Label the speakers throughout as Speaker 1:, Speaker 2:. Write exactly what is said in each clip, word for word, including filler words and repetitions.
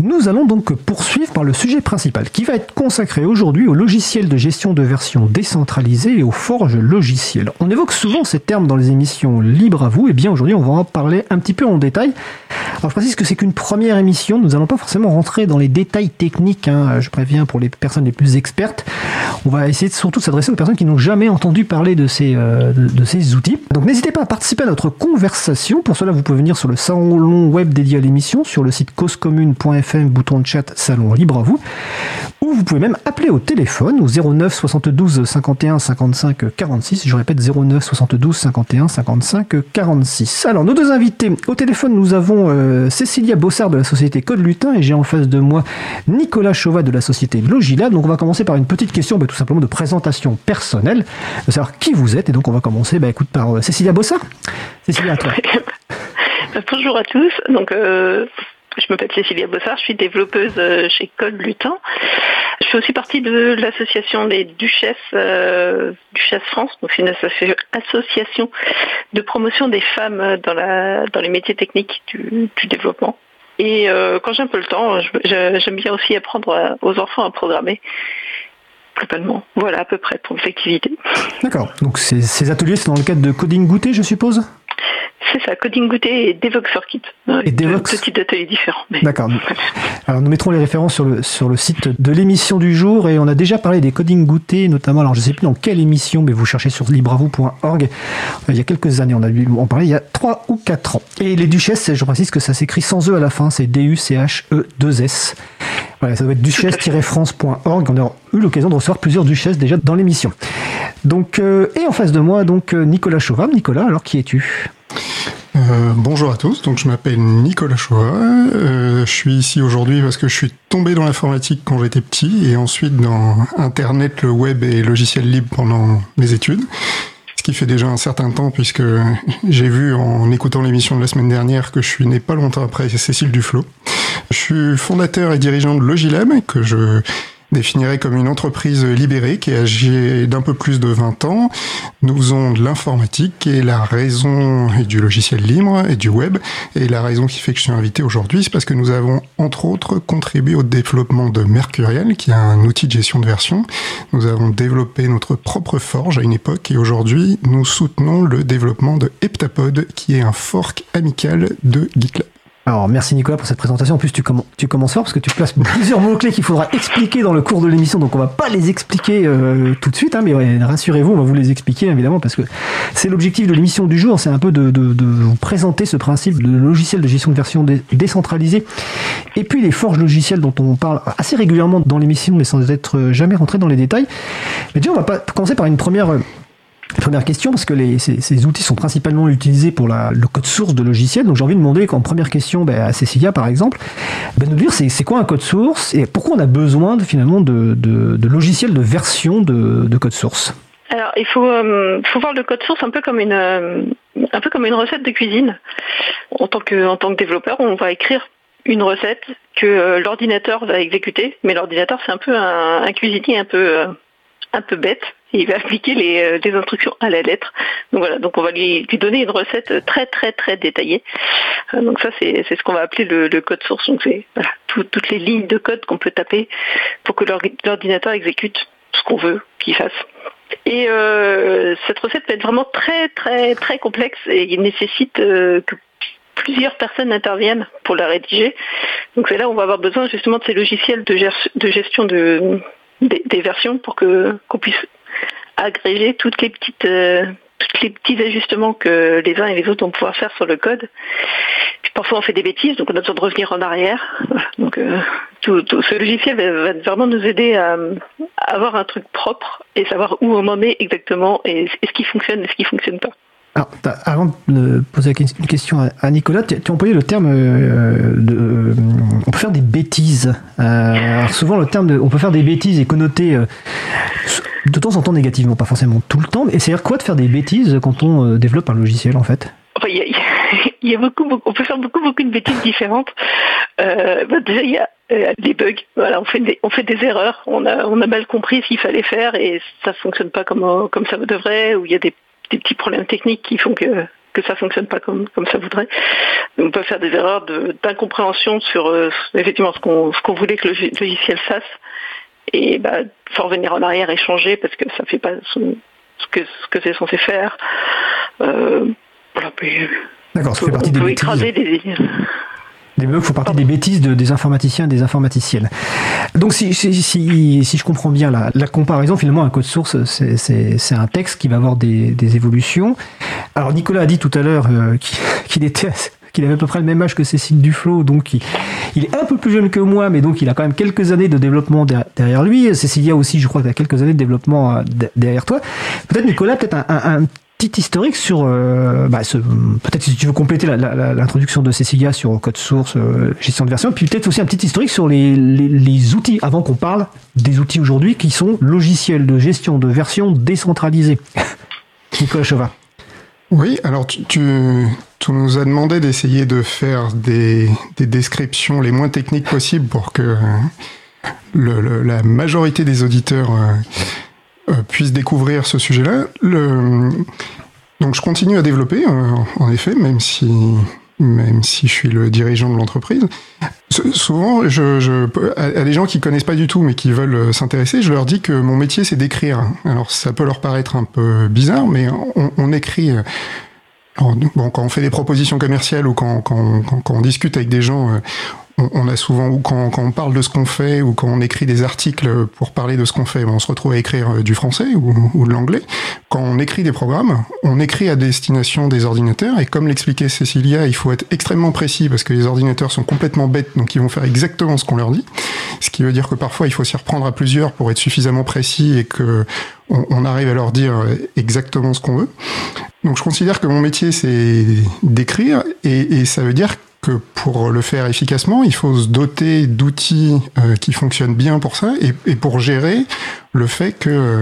Speaker 1: Nous allons donc poursuivre par le sujet principal qui va être consacré aujourd'hui au logiciel de gestion de version décentralisée et aux forges logicielles. On évoque souvent ces termes dans les émissions Libre à vous, et bien aujourd'hui on va en parler un petit peu en détail. Alors je précise que c'est qu'une première émission, nous n'allons pas forcément rentrer dans les détails techniques, hein. Je préviens pour les personnes les plus expertes. On va essayer surtout de s'adresser aux personnes qui n'ont jamais entendu parler de ces, euh, de, de ces outils. Donc n'hésitez pas à participer à notre conversation. Pour cela, vous pouvez venir sur le salon web dédié à l'émission, sur le site cause commune point f m, bouton de chat, salon libre à vous. Ou vous pouvez même appeler au téléphone au zéro neuf soixante-douze cinquante et un cinquante-cinq quarante-six. Je répète, zéro neuf soixante-douze cinquante et un cinquante-cinq quarante-six. Alors, nos deux invités. Au téléphone, nous avons euh, Cécilia Bossard de la société Code Lutin et j'ai en face de moi Nicolas Chauvat de la société Logilab. Donc, on va commencer par une petite question, bah, tout simplement de présentation personnelle, de savoir qui vous êtes. Et donc, on va commencer, bah, écoute, par euh, Cécilia Bossard. Cécilia, à toi.
Speaker 2: Bonjour à tous. Donc, euh, je m'appelle Cécilia Bossard, je suis développeuse chez Code Lutin. Je fais aussi partie de l'association des Duchesses, euh, Duchesses France, donc c'est une association de promotion des femmes dans, la, dans les métiers techniques du, du développement. Et euh, quand j'ai un peu le temps, je, je, j'aime bien aussi apprendre aux enfants à programmer. Globalement, voilà à peu près pour mes activités.
Speaker 1: D'accord, donc ces, ces ateliers, c'est dans le cadre de Coding Goûter, je suppose ?
Speaker 2: C'est ça, Coding Goûter et Devox Circuit.
Speaker 1: Et Devox.
Speaker 2: Deux types d'ateliers différents. Mais...
Speaker 1: D'accord. Alors nous mettrons les références sur le, sur le site de l'émission du jour et on a déjà parlé des Coding Goûter, notamment, alors je ne sais plus dans quelle émission, mais vous cherchez sur libre à vous point org. Il y a quelques années, on a dû en parler il y a trois ou quatre ans. Et les Duchesses, je précise que ça s'écrit sans E à la fin, c'est D U C H E deux S. Voilà, ça doit être duchesse tiret france point org. On a eu l'occasion de recevoir plusieurs duchesses déjà dans l'émission. Donc, euh, et en face de moi, donc Nicolas Chauvat. Nicolas, alors qui es-tu ?
Speaker 3: Euh, bonjour à tous, donc je m'appelle Nicolas Chauvat, euh, je suis ici aujourd'hui parce que je suis tombé dans l'informatique quand j'étais petit et ensuite dans Internet, le web et logiciels libres pendant mes études, ce qui fait déjà un certain temps puisque j'ai vu en écoutant l'émission de la semaine dernière que je suis né pas longtemps après Cécile Duflot. Je suis fondateur et dirigeant de Logilab, que je définirais comme une entreprise libérée qui est âgée d'un peu plus de vingt ans. Nous faisons de l'informatique et la raison et du logiciel libre et du web. Et la raison qui fait que je suis invité aujourd'hui, c'est parce que nous avons, entre autres, contribué au développement de Mercurial, qui est un outil de gestion de version. Nous avons développé notre propre forge à une époque et aujourd'hui, nous soutenons le développement de Heptapod, qui est un fork amical de GitLab.
Speaker 1: Alors, merci Nicolas pour cette présentation. En plus, tu, comm- tu commences fort parce que tu places plusieurs mots-clés qu'il faudra expliquer dans le cours de l'émission. Donc, on va pas les expliquer euh, tout de suite, hein, mais ouais, rassurez-vous, on va vous les expliquer évidemment parce que c'est l'objectif de l'émission du jour. C'est un peu de, de, de vous présenter ce principe de logiciel de gestion de version dé- décentralisée et puis les forges logicielles dont on parle assez régulièrement dans l'émission, mais sans être jamais rentré dans les détails. Mais déjà, on va pas commencer par une première... Euh, Première question, parce que les, ces, ces outils sont principalement utilisés pour la, le code source de logiciels. Donc j'ai envie de demander, en première question, ben, à Cécilia par exemple, ben, nous dire c'est, c'est quoi un code source et pourquoi on a besoin de, finalement de, de, de logiciels de version de, de code source.
Speaker 2: Alors il faut, euh, faut voir le code source un peu comme une, euh, un peu comme une recette de cuisine. En tant que, en tant que développeur, on va écrire une recette que euh, l'ordinateur va exécuter, mais l'ordinateur c'est un peu un, un cuisinier un peu, euh, un peu bête. Et il va appliquer les, les instructions à la lettre. Donc voilà, donc on va lui, lui donner une recette très très très détaillée. Donc ça c'est, c'est ce qu'on va appeler le, le code source. Donc c'est voilà, tout, toutes les lignes de code qu'on peut taper pour que l'ordinateur exécute ce qu'on veut qu'il fasse. Et euh, cette recette peut être vraiment très très très complexe et il nécessite euh, que plusieurs personnes interviennent pour la rédiger. Donc c'est là où on va avoir besoin justement de ces logiciels de, ger- de gestion de, des, des versions pour que qu'on puisse agréger toutes les petites euh, tous les petits ajustements que les uns et les autres vont pouvoir faire sur le code. Puis parfois on fait des bêtises, donc on a besoin de revenir en arrière. Voilà. Donc euh, tout, tout ce logiciel va, va vraiment nous aider à, à avoir un truc propre et savoir où on en est exactement et, et ce qui fonctionne et ce qui fonctionne pas.
Speaker 1: Alors, avant de poser une question à Nicolas, tu as employé le terme euh, de, euh, on peut faire des bêtises. Euh, alors souvent, le terme de, on peut faire des bêtises est connoté euh, de temps en temps négativement, pas forcément tout le temps. Et c'est-à-dire quoi de faire des bêtises quand on euh, développe un logiciel en fait ?
Speaker 2: Enfin, il y a, il y a beaucoup, beaucoup, on peut faire beaucoup, beaucoup de bêtises différentes. Euh, bah déjà, il y a euh, les bugs. Voilà, on fait des, on fait des erreurs. On a, on a mal compris ce qu'il fallait faire et ça fonctionne pas comme, comme ça devrait. Ou il y a des des petits problèmes techniques qui font que, que ça fonctionne pas comme comme ça voudrait. On peut faire des erreurs de, d'incompréhension sur euh, effectivement ce qu'on ce qu'on voulait que le logiciel fasse, et bah faut revenir en arrière et changer parce que ça fait pas son, ce que ce que c'est censé faire. Euh, voilà, puis,
Speaker 1: D'accord, ça
Speaker 2: faut,
Speaker 1: fait partie
Speaker 2: on
Speaker 1: des
Speaker 2: peut
Speaker 1: bêtises.
Speaker 2: écraser des
Speaker 1: Les bugs font partie des bêtises de, des informaticiens et des informaticiennes. Donc si, si, si, si je comprends bien la, la comparaison, finalement un code source c'est, c'est, c'est un texte qui va avoir des, des évolutions. Alors Nicolas a dit tout à l'heure euh, qu'il, qu'il était qu'il avait à peu près le même âge que Cécile Duflot, donc il, il est un peu plus jeune que moi, mais donc il a quand même quelques années de développement derrière lui. Cécilia aussi, je crois que tu as quelques années de développement derrière toi. Peut-être Nicolas, peut-être un, un, un petit historique sur, euh, bah, ce, peut-être si tu veux compléter la, la, l'introduction de Cécilia sur code source, euh, gestion de version, puis peut-être aussi un petit historique sur les, les, les outils, avant qu'on parle des outils aujourd'hui qui sont logiciels de gestion de version décentralisés. Nicolas Chauvin.
Speaker 3: Oui, alors tu, tu, tu nous as demandé d'essayer de faire des, des descriptions les moins techniques possibles pour que euh, le, le, la majorité des auditeurs euh, euh, puissent découvrir ce sujet-là. Le, donc je continue à développer, euh, en effet, même si, même si je suis le dirigeant de l'entreprise. Souvent, je, je, à des gens qui connaissent pas du tout mais qui veulent s'intéresser, je leur dis que mon métier c'est d'écrire. Alors ça peut leur paraître un peu bizarre, mais on, on écrit. Alors, bon, quand on fait des propositions commerciales ou quand, quand, quand, quand on discute avec des gens, on, on a souvent, ou quand, quand on parle de ce qu'on fait ou quand on écrit des articles pour parler de ce qu'on fait, on se retrouve à écrire du français ou, ou de l'anglais. Quand on écrit des programmes, on écrit à destination des ordinateurs et comme l'expliquait Cécilia, il faut être extrêmement précis parce que les ordinateurs sont complètement bêtes, donc ils vont faire exactement ce qu'on leur dit. Ce qui veut dire que parfois il faut s'y reprendre à plusieurs pour être suffisamment précis et que on, on arrive à leur dire exactement ce qu'on veut. Donc je considère que mon métier c'est d'écrire et, et ça veut dire que pour le faire efficacement, il faut se doter d'outils euh, qui fonctionnent bien pour ça et, et pour gérer le fait que, euh,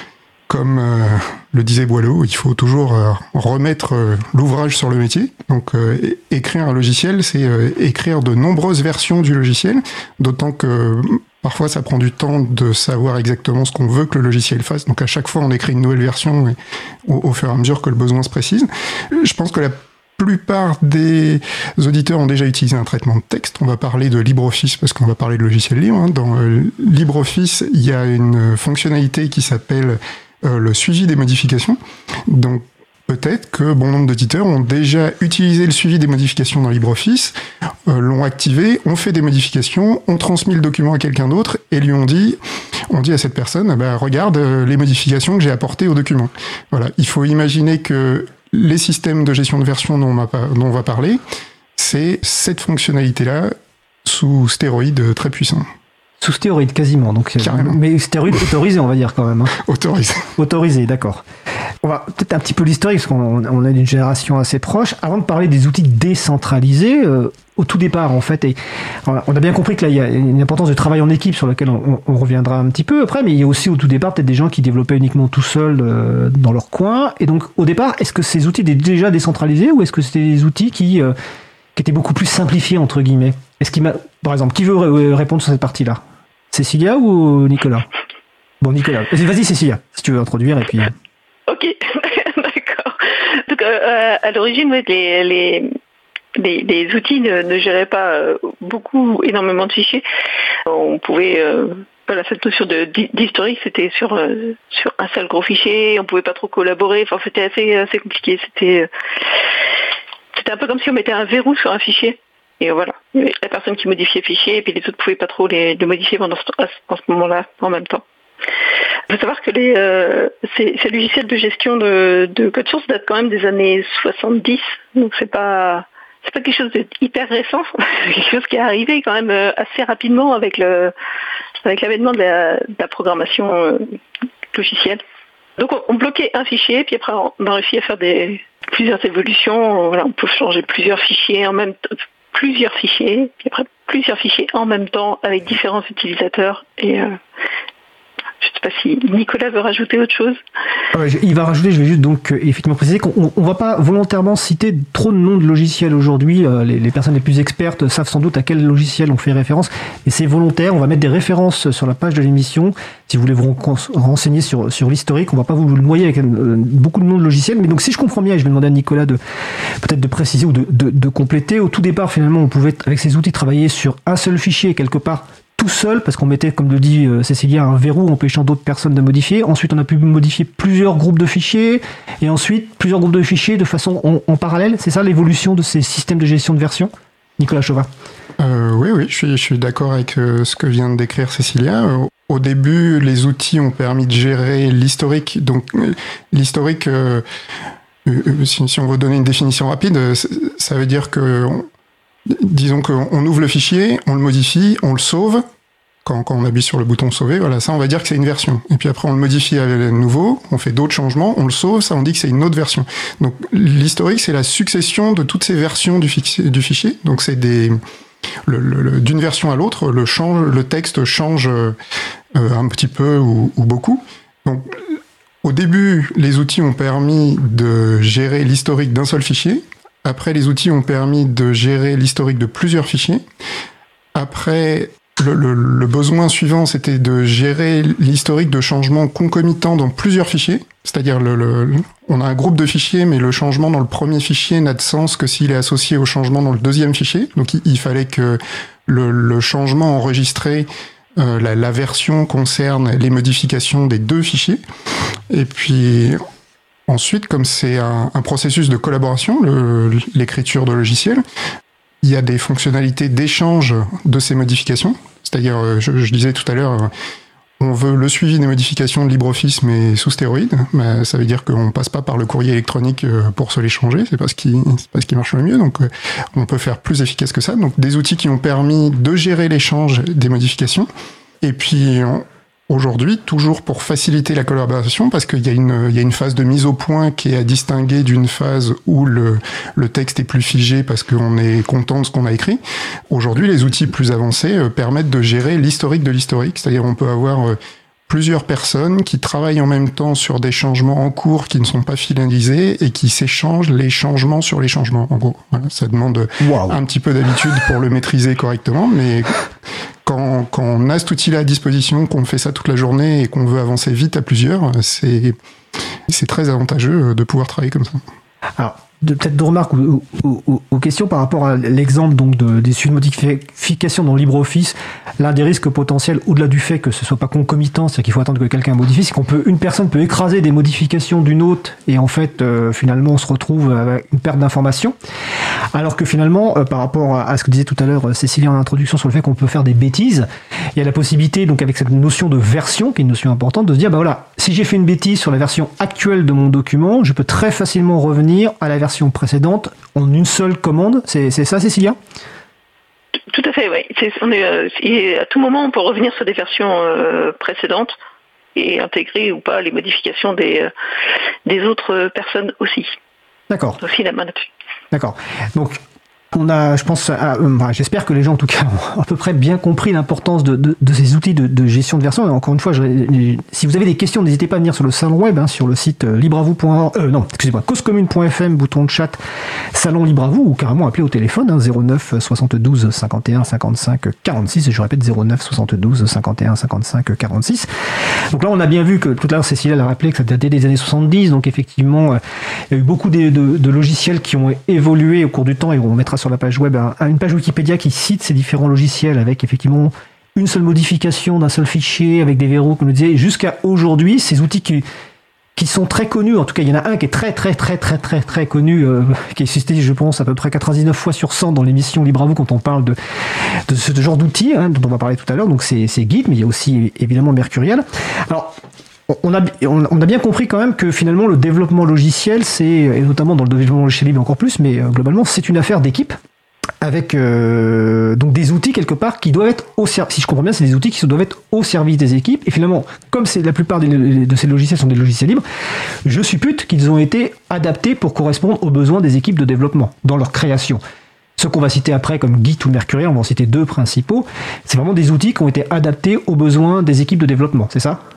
Speaker 3: comme euh, le disait Boileau, il faut toujours euh, remettre euh, l'ouvrage sur le métier. Donc euh, écrire un logiciel, c'est euh, écrire de nombreuses versions du logiciel, d'autant que parfois ça prend du temps de savoir exactement ce qu'on veut que le logiciel fasse. Donc à chaque fois on écrit une nouvelle version et, au, au fur et à mesure que le besoin se précise. Je pense que la La plupart des auditeurs ont déjà utilisé un traitement de texte. On va parler de LibreOffice parce qu'on va parler de logiciel libre. Dans euh, LibreOffice, il y a une fonctionnalité qui s'appelle euh, le suivi des modifications. Donc peut-être que bon nombre d'auditeurs ont déjà utilisé le suivi des modifications dans LibreOffice, euh, l'ont activé, ont fait des modifications, ont transmis le document à quelqu'un d'autre et lui ont dit, on dit à cette personne, bah, regarde euh, les modifications que j'ai apportées au document. Voilà, il faut imaginer que les systèmes de gestion de version dont on, dont on va parler, c'est cette fonctionnalité-là sous stéroïdes très puissants.
Speaker 1: Sous stéroïdes, quasiment. Donc,
Speaker 3: carrément.
Speaker 1: Mais stéroïdes autorisés, on va dire quand même. Hein.
Speaker 3: Autorisés.
Speaker 1: Autorisés, d'accord. On va peut-être un petit peu l'historique, parce qu'on on est d'une génération assez proche. Avant de parler des outils décentralisés, euh, au tout départ, en fait, et on a bien compris que là, il y a une importance de travail en équipe sur laquelle on, on reviendra un petit peu après, mais il y a aussi au tout départ peut-être des gens qui développaient uniquement tout seuls euh, dans leur coin. Et donc, au départ, est-ce que ces outils étaient déjà décentralisés ou est-ce que c'était des outils qui, euh, qui étaient beaucoup plus simplifiés, entre guillemets? Est-ce qu'il m'a... Par exemple, qui veut répondre sur cette partie-là? Cécilia ou Nicolas? Bon, Nicolas. Vas-y, Cécilia, si tu veux introduire, et puis...
Speaker 2: Ok, d'accord. Donc, euh, à l'origine, ouais, les... les... Les, les outils ne, ne géraient pas euh, beaucoup, énormément de fichiers. On pouvait, euh, voilà, cette notion de, d'historique, c'était sur euh, sur un seul gros fichier. On pouvait pas trop collaborer. Enfin, c'était assez assez compliqué. C'était euh, c'était un peu comme si on mettait un verrou sur un fichier. Et voilà, la personne qui modifiait le fichier, et puis les autres pouvaient pas trop les, les modifier pendant ce, en ce moment-là, en même temps. Il faut savoir que les, euh, ces, ces logiciels de gestion de, de code source datent quand même des années soixante-dix. Donc c'est pas C'est pas quelque chose de hyper récent, c'est quelque chose qui est arrivé quand même assez rapidement avec le avec l'avènement de la, de la programmation logicielle. Donc on, on bloquait un fichier, puis après on a réussi à faire des plusieurs évolutions. Voilà, on peut changer plusieurs fichiers en même temps, plusieurs fichiers, puis après plusieurs fichiers en même temps avec différents utilisateurs. Et euh, Je ne sais pas si Nicolas veut rajouter autre chose.
Speaker 1: Ah ouais, il va rajouter, je vais juste donc euh, effectivement préciser qu'on ne va pas volontairement citer trop de noms de logiciels aujourd'hui. Euh, les, les personnes les plus expertes savent sans doute à quel logiciel on fait référence. Et c'est volontaire, on va mettre des références sur la page de l'émission. Si vous voulez vous renseigner sur, sur l'historique, on ne va pas vous le noyer avec euh, beaucoup de noms de logiciels. Mais donc si je comprends bien, et je vais demander à Nicolas de peut-être de préciser ou de, de, de compléter. Au tout départ, finalement, on pouvait, avec ces outils, travailler sur un seul fichier quelque part, tout seul, parce qu'on mettait, comme le dit euh, Cécilia, un verrou empêchant d'autres personnes de modifier. Ensuite, on a pu modifier plusieurs groupes de fichiers, et ensuite, plusieurs groupes de fichiers de façon en, en parallèle. C'est ça l'évolution de ces systèmes de gestion de version? Nicolas Chauvin.
Speaker 3: Euh, oui, oui, je suis, je suis d'accord avec euh, ce que vient de décrire Cécilia. Euh, au début, les outils ont permis de gérer l'historique. Donc, euh, l'historique, euh, euh, si, si on veut donner une définition rapide, euh, ça veut dire que... On, disons qu'on ouvre le fichier, on le modifie, on le sauve. Quand, quand on appuie sur le bouton sauver, voilà, ça on va dire que c'est une version. Et puis après on le modifie à nouveau, on fait d'autres changements, on le sauve, ça on dit que c'est une autre version. Donc l'historique c'est la succession de toutes ces versions du fichier. Du fichier. Donc c'est des le, le, d'une version à l'autre, le, change, le texte change euh, un petit peu ou, ou beaucoup. Donc au début, les outils ont permis de gérer l'historique d'un seul fichier. Après, les outils ont permis de gérer l'historique de plusieurs fichiers. Après, le, le, le besoin suivant, c'était de gérer l'historique de changements concomitants dans plusieurs fichiers. C'est-à-dire, le, le, on a un groupe de fichiers, mais le changement dans le premier fichier n'a de sens que s'il est associé au changement dans le deuxième fichier. Donc, il, il fallait que le, le changement enregistré, euh, la, la version concerne les modifications des deux fichiers. Et puis... Ensuite, comme c'est un, un processus de collaboration, le, l'écriture de logiciel, il y a des fonctionnalités d'échange de ces modifications. C'est-à-dire, je, je disais tout à l'heure, on veut le suivi des modifications de LibreOffice, mais sous stéroïdes. Mais ça veut dire qu'on passe pas par le courrier électronique pour se l'échanger. C'est pas ce qui, c'est pas ce qui marche le mieux. Donc, on peut faire plus efficace que ça. Donc, des outils qui ont permis de gérer l'échange des modifications. Et puis, on, aujourd'hui, toujours pour faciliter la collaboration, parce qu'il y a une, il y a une phase de mise au point qui est à distinguer d'une phase où le, le texte est plus figé parce qu'on est content de ce qu'on a écrit. Aujourd'hui, les outils plus avancés euh, permettent de gérer l'historique de l'historique. C'est-à-dire, on peut avoir euh, plusieurs personnes qui travaillent en même temps sur des changements en cours qui ne sont pas finalisés et qui s'échangent les changements sur les changements. En gros, voilà, ça demande wow. un petit peu d'habitude pour le maîtriser correctement, mais quand, quand on a cet outil-là à disposition, qu'on fait ça toute la journée et qu'on veut avancer vite à plusieurs, c'est, c'est très avantageux de pouvoir travailler comme ça.
Speaker 1: Alors, de, peut-être deux remarques aux, aux, aux questions par rapport à l'exemple donc de, des suites de modifications dans LibreOffice. L'un des risques potentiels, au-delà du fait que ce soit pas concomitant, c'est-à-dire qu'il faut attendre que quelqu'un modifie, c'est qu'on peut, une personne peut écraser des modifications d'une autre et en fait, euh, finalement, on se retrouve avec une perte d'informations. Alors que finalement, euh, par rapport à, à ce que disait tout à l'heure Cécilia en introduction sur le fait qu'on peut faire des bêtises, il y a la possibilité, donc avec cette notion de version, qui est une notion importante, de se dire, bah voilà, si j'ai fait une bêtise sur la version actuelle de mon document, je peux très facilement revenir à la version précédente en une seule commande. C'est, c'est ça, Cécilia ?
Speaker 2: Tout à fait, oui. C'est, on est, euh, et à tout moment, on peut revenir sur des versions euh, précédentes et intégrer ou pas les modifications des, euh, des autres personnes aussi.
Speaker 1: D'accord.
Speaker 2: Aussi la main là-dessus. D'accord.
Speaker 1: Donc, on a, je pense, à, euh, bah, j'espère que les gens, en tout cas, ont à peu près bien compris l'importance de, de, de ces outils de, de gestion de version. Et encore une fois, je, si vous avez des questions, n'hésitez pas à venir sur le salon web, hein, sur le site euh, libreavou point org, euh, non, excusez-moi, causecommune point f m, bouton de chat, salon Libravou, ou carrément appeler au téléphone, hein, zéro neuf soixante-douze cinquante et un cinquante-cinq quarante-six, et je répète, zéro neuf soixante-douze cinquante et un cinquante-cinq quarante-six. Donc là, on a bien vu que, tout à l'heure, Cécilia l'a rappelé, que ça datait des années soixante-dix, donc effectivement, euh, il y a eu beaucoup de, de, de logiciels qui ont évolué au cours du temps, et on mettra sur la page web un, une page Wikipédia qui cite ces différents logiciels avec effectivement une seule modification d'un seul fichier avec des verrous, comme je le disais, jusqu'à aujourd'hui, ces outils qui, qui sont très connus. En tout cas, il y en a un qui est très très très très très très connu, euh, qui est cité, je pense, à peu près quatre-vingt-dix-neuf fois sur cent dans l'émission Libravou quand on parle de, de ce genre d'outils, hein, dont on va parler tout à l'heure. Donc c'est, c'est Git, mais il y a aussi évidemment Mercurial. Alors, on a, on a bien compris quand même que finalement le développement logiciel, c'est, et notamment dans le développement logiciel libre encore plus, mais euh, globalement, c'est une affaire d'équipe. Avec euh, donc des outils quelque part qui doivent être au service, si je comprends bien, c'est des outils qui doivent être au service des équipes. Et finalement, comme c'est la plupart des, de ces logiciels sont des logiciels libres, je suppute qu'ils ont été adaptés pour correspondre aux besoins des équipes de développement dans leur création. Ceux qu'on va citer après, comme Git ou Mercurial, on va en citer deux principaux. C'est vraiment des outils qui ont été adaptés aux besoins des équipes de développement, c'est ça ?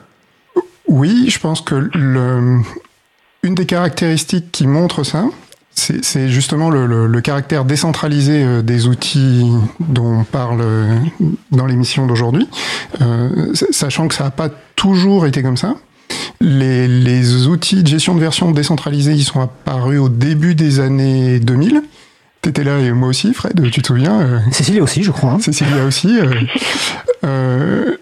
Speaker 3: Oui, je pense que le, une des caractéristiques qui montre ça, c'est, c'est justement le, le, le caractère décentralisé des outils dont on parle dans l'émission d'aujourd'hui, euh, sachant que ça n'a pas toujours été comme ça. Les, les outils de gestion de version décentralisés, ils sont apparus au début des années deux mille. T'étais là et moi aussi, Fred, tu te souviens euh...
Speaker 1: Cécilia aussi, je crois. Hein.
Speaker 3: Cécilia aussi. Euh, euh,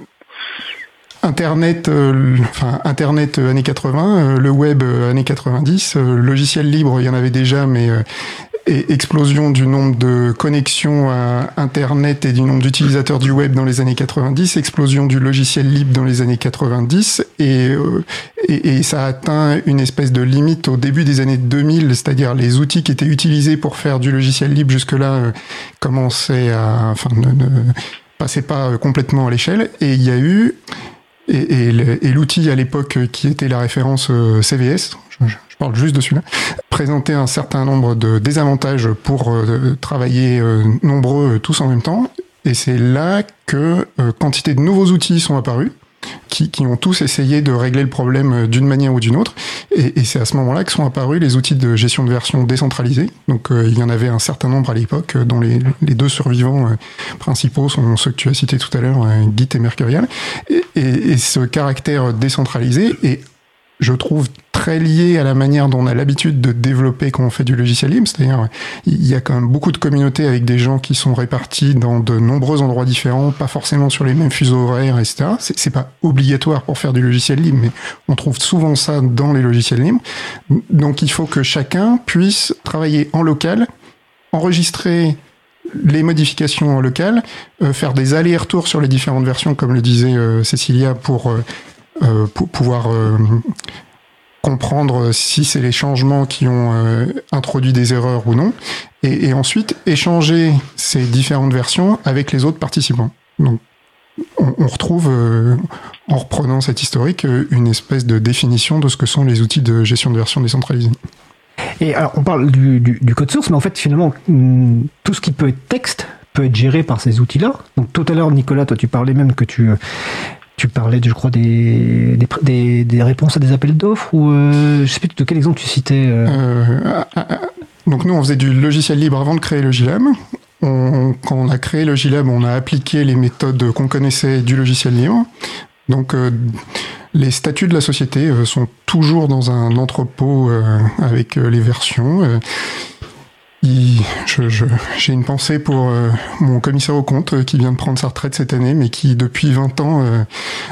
Speaker 3: Internet, euh, enfin Internet euh, années quatre-vingts, euh, le web euh, années quatre-vingt-dix, euh, logiciel libre, il y en avait déjà, mais euh, et explosion du nombre de connexions à Internet et du nombre d'utilisateurs du web dans les années quatre-vingt-dix, explosion du logiciel libre dans les années quatre-vingt-dix, et, euh, et, et ça a atteint une espèce de limite au début des années deux mille, c'est-à-dire les outils qui étaient utilisés pour faire du logiciel libre jusque-là euh, commençaient à, enfin, ne, ne passaient pas complètement à l'échelle, et il y a eu Et, et, le, et l'outil à l'époque qui était la référence euh, C V S, je, je parle juste de celui-là, présentait un certain nombre de désavantages pour euh, travailler euh, nombreux euh, tous en même temps. Et c'est là que euh, quantité de nouveaux outils sont apparus, qui, qui ont tous essayé de régler le problème d'une manière ou d'une autre. Et, et c'est à ce moment-là que sont apparus les outils de gestion de version décentralisés. Donc euh, il y en avait un certain nombre à l'époque, dont les, les deux survivants euh, principaux sont ceux que tu as cités tout à l'heure, euh, Git et Mercurial. Et, et, et ce caractère décentralisé est, je trouve, très lié à la manière dont on a l'habitude de développer quand on fait du logiciel libre. C'est-à-dire, il y a quand même beaucoup de communautés avec des gens qui sont répartis dans de nombreux endroits différents, pas forcément sur les mêmes fuseaux horaires, et cetera. C'est, c'est pas obligatoire pour faire du logiciel libre, mais on trouve souvent ça dans les logiciels libres. Donc, il faut que chacun puisse travailler en local, enregistrer les modifications en local, euh, faire des allers-retours sur les différentes versions, comme le disait euh, Cécilia, pour... Euh, Euh, pour pouvoir euh, comprendre si c'est les changements qui ont euh, introduit des erreurs ou non, et, et ensuite échanger ces différentes versions avec les autres participants. Donc, on, on retrouve, euh, en reprenant cette historique, une espèce de définition de ce que sont les outils de gestion de version décentralisée.
Speaker 1: Et alors, on parle du, du, du code source, mais en fait, finalement, tout ce qui peut être texte peut être géré par ces outils-là. Donc, tout à l'heure, Nicolas, toi, tu parlais même que tu... Tu parlais, je crois, des, des, des réponses à des appels d'offres, ou euh, je sais plus de quel exemple tu citais. Euh...
Speaker 3: Euh, donc nous, on faisait du logiciel libre avant de créer le Gilab. On, quand on a créé le Gilab, on a appliqué les méthodes qu'on connaissait du logiciel libre. Donc euh, les statuts de la société euh, sont toujours dans un entrepôt euh, avec euh, les versions. Euh, Il, je, je, j'ai une pensée pour euh, mon commissaire aux comptes euh, qui vient de prendre sa retraite cette année, mais qui depuis vingt ans euh,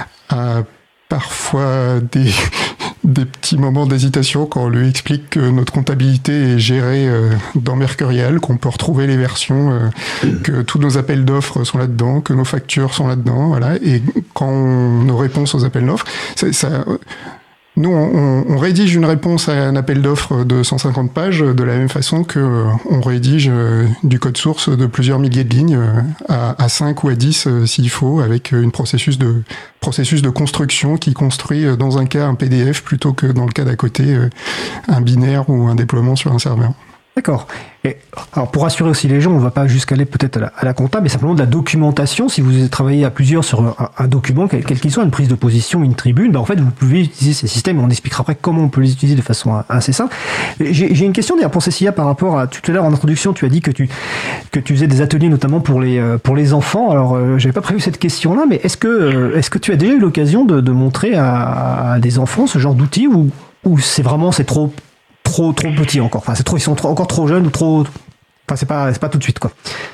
Speaker 3: a parfois des, des petits moments d'hésitation quand on lui explique que notre comptabilité est gérée euh, dans Mercurial, qu'on peut retrouver les versions, euh, que tous nos appels d'offres sont là-dedans, que nos factures sont là-dedans, voilà. Et quand on, nos réponses aux appels d'offres, ça... ça Nous, on, on rédige une réponse à un appel d'offres de cent cinquante pages de la même façon que euh, on rédige euh, du code source de plusieurs milliers de lignes euh, à, à cinq ou à dix euh, s'il faut, avec une processus de processus de construction qui construit euh, dans un cas un P D F plutôt que dans le cas d'à côté euh, un binaire ou un déploiement sur un serveur.
Speaker 1: D'accord. Et alors pour rassurer aussi les gens, on ne va pas jusqu'à aller peut-être à la, à la compta, mais simplement de la documentation. Si vous travaillez à plusieurs sur un, un document, quel, quel qu'il soit, une prise de position, une tribune, ben en fait vous pouvez utiliser ces systèmes et on expliquera après comment on peut les utiliser de façon assez simple. J'ai, j'ai une question d'ailleurs pour Cécilia par rapport à tout à l'heure en introduction, tu as dit que tu que tu faisais des ateliers notamment pour les pour les enfants. Alors euh, j'avais pas prévu cette question-là, mais est-ce que euh, est-ce que tu as déjà eu l'occasion de, de montrer à, à des enfants ce genre d'outils ou ou c'est vraiment c'est trop trop trop petit encore, enfin c'est trop, ils sont trop, encore trop jeunes ou trop, enfin c'est pas c'est pas tout de suite quoi.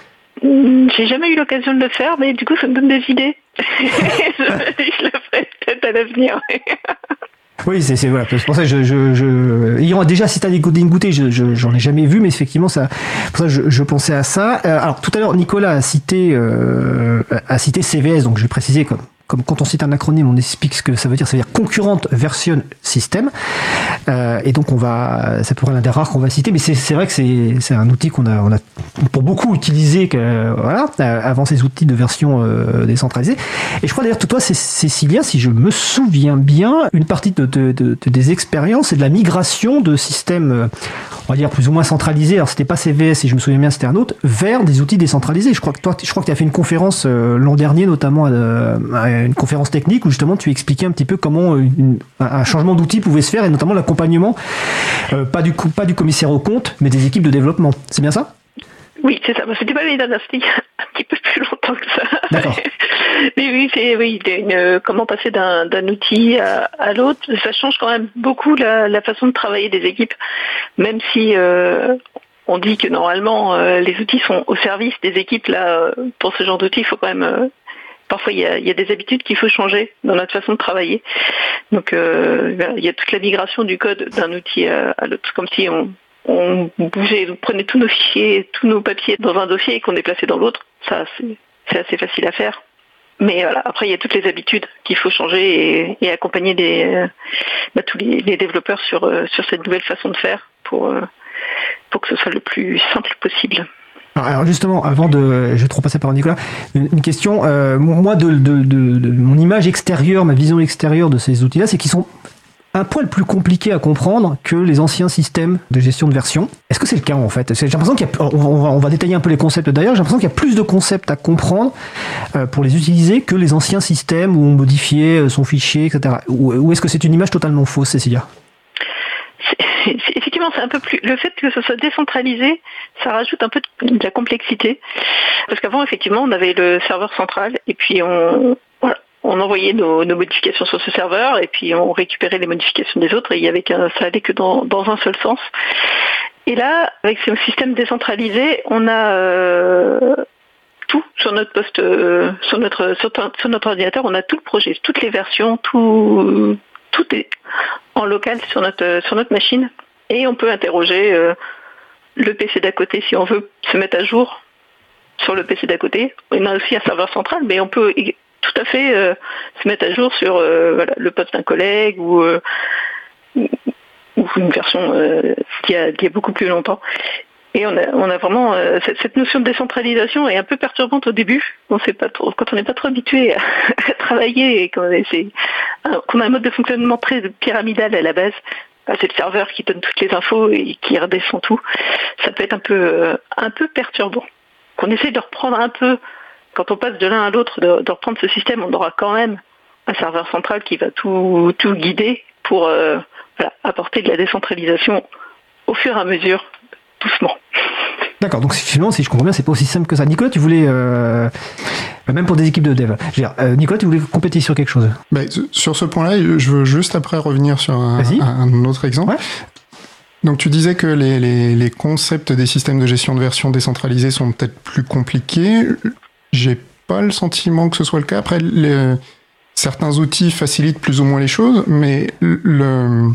Speaker 2: J'ai jamais eu l'occasion de le faire, mais du coup ça me donne des idées. je, je le ferai peut-être à l'avenir.
Speaker 1: Oui, c'est, c'est voilà, c'est pour ça que je, je, je ayant déjà assisté à des goûter, je, je, j'en ai jamais vu, mais effectivement ça, pour ça je, je pensais à ça. Euh, alors tout à l'heure Nicolas a cité euh, a cité C V S, donc je vais préciser comme Comme quand on cite un acronyme, on explique ce que ça veut dire. Ça veut dire Concurrent Version System. Euh, et donc, on va, c'est pour l'un des rares qu'on va citer. Mais c'est, c'est vrai que c'est, c'est un outil qu'on a, on a pour beaucoup utilisé, que, voilà, avant ces outils de version euh, décentralisée. Et je crois d'ailleurs que toi, c'est, Cécilia, si je me souviens bien, une partie de, de, de, de des expériences et de la migration de systèmes, on va dire plus ou moins centralisés. Alors, c'était pas C V S, si je me souviens bien, c'était un autre, vers des outils décentralisés. Je crois que toi, je crois que tu as fait une conférence euh, l'an dernier, notamment à, à une conférence technique où justement tu expliquais un petit peu comment une, un changement d'outil pouvait se faire et notamment l'accompagnement, euh, pas, du, pas du commissaire aux comptes, mais des équipes de développement. C'est bien ça ?
Speaker 2: Oui, c'est ça. C'était pas l'année dernière, c'était un petit peu plus longtemps que ça.
Speaker 1: D'accord.
Speaker 2: Mais oui, c'est oui, une, comment passer d'un, d'un outil à, à l'autre. Ça change quand même beaucoup la, la façon de travailler des équipes, même si euh, on dit que normalement euh, les outils sont au service des équipes. Là, euh, pour ce genre d'outils, il faut quand même euh, parfois il y a, il y a des habitudes qu'il faut changer dans notre façon de travailler. Donc euh, il y a toute la migration du code d'un outil à, à l'autre, comme si on on bougeait, on prenait tous nos fichiers, tous nos papiers dans un dossier et qu'on déplaçait dans l'autre. Ça, c'est, c'est assez facile à faire. Mais voilà, après, il y a toutes les habitudes qu'il faut changer et, et accompagner les, bah, tous les, les développeurs sur, sur cette nouvelle façon de faire pour, pour que ce soit le plus simple possible.
Speaker 1: Alors justement, avant de, je vais trop passer par Nicolas, une, une question. Euh, moi, de, de, de, de mon image extérieure, ma vision extérieure de ces outils-là, c'est qu'ils sont un poil plus compliqué à comprendre que les anciens systèmes de gestion de version. Est-ce que c'est le cas en fait ? J'ai l'impression qu'il y a, on va, on va détailler un peu les concepts d'ailleurs, j'ai l'impression qu'il y a plus de concepts à comprendre euh, pour les utiliser que les anciens systèmes où on modifiait son fichier, et cetera. Ou, ou est-ce que c'est une image totalement fausse, Cécilia ?
Speaker 2: c'est, c'est, Effectivement, c'est un peu plus. Le fait que ce soit décentralisé, ça rajoute un peu de, de la complexité. Parce qu'avant, effectivement, on avait le serveur central et puis on. Voilà. On envoyait nos, nos modifications sur ce serveur et puis on récupérait les modifications des autres et il y avait qu'un, ça allait que dans, dans un seul sens. Et là, avec ce système décentralisé, on a euh, tout sur notre poste, euh, sur notre sur, sur notre ordinateur, on a tout le projet, toutes les versions, tout tout est en local sur notre sur notre machine et on peut interroger euh, le P C d'à côté si on veut se mettre à jour sur le P C d'à côté. On a aussi un serveur central, mais on peut tout à fait euh, se mettre à jour sur euh, voilà, le poste d'un collègue ou, euh, ou une version euh, qui a, qui a beaucoup plus longtemps. Et on a, on a vraiment euh, cette, cette notion de décentralisation est un peu perturbante au début. On sait pas trop, quand on n'est pas trop habitué à, à travailler et qu'on, c'est, qu'on a un mode de fonctionnement très pyramidal à la base. Bah, c'est le serveur qui donne toutes les infos et qui redescend tout. Ça peut être un peu, euh, un peu perturbant. Qu'on essaie de reprendre un peu. Quand on passe de l'un à l'autre, de, de reprendre ce système, on aura quand même un serveur central qui va tout, tout guider pour euh, voilà, apporter de la décentralisation au fur et à mesure, doucement.
Speaker 1: D'accord, donc finalement, si je comprends bien, c'est pas aussi simple que ça. Nicolas, tu voulais, euh, même pour des équipes de dev, je veux dire, euh, Nicolas, tu voulais compléter sur quelque chose ?
Speaker 3: Bah, sur ce point-là, je veux juste après revenir sur un, un autre exemple. Ouais. Donc tu disais que les, les, les concepts des systèmes de gestion de version décentralisés sont peut-être plus compliqués. J'ai pas le sentiment que ce soit le cas. Après, les, certains outils facilitent plus ou moins les choses, mais le,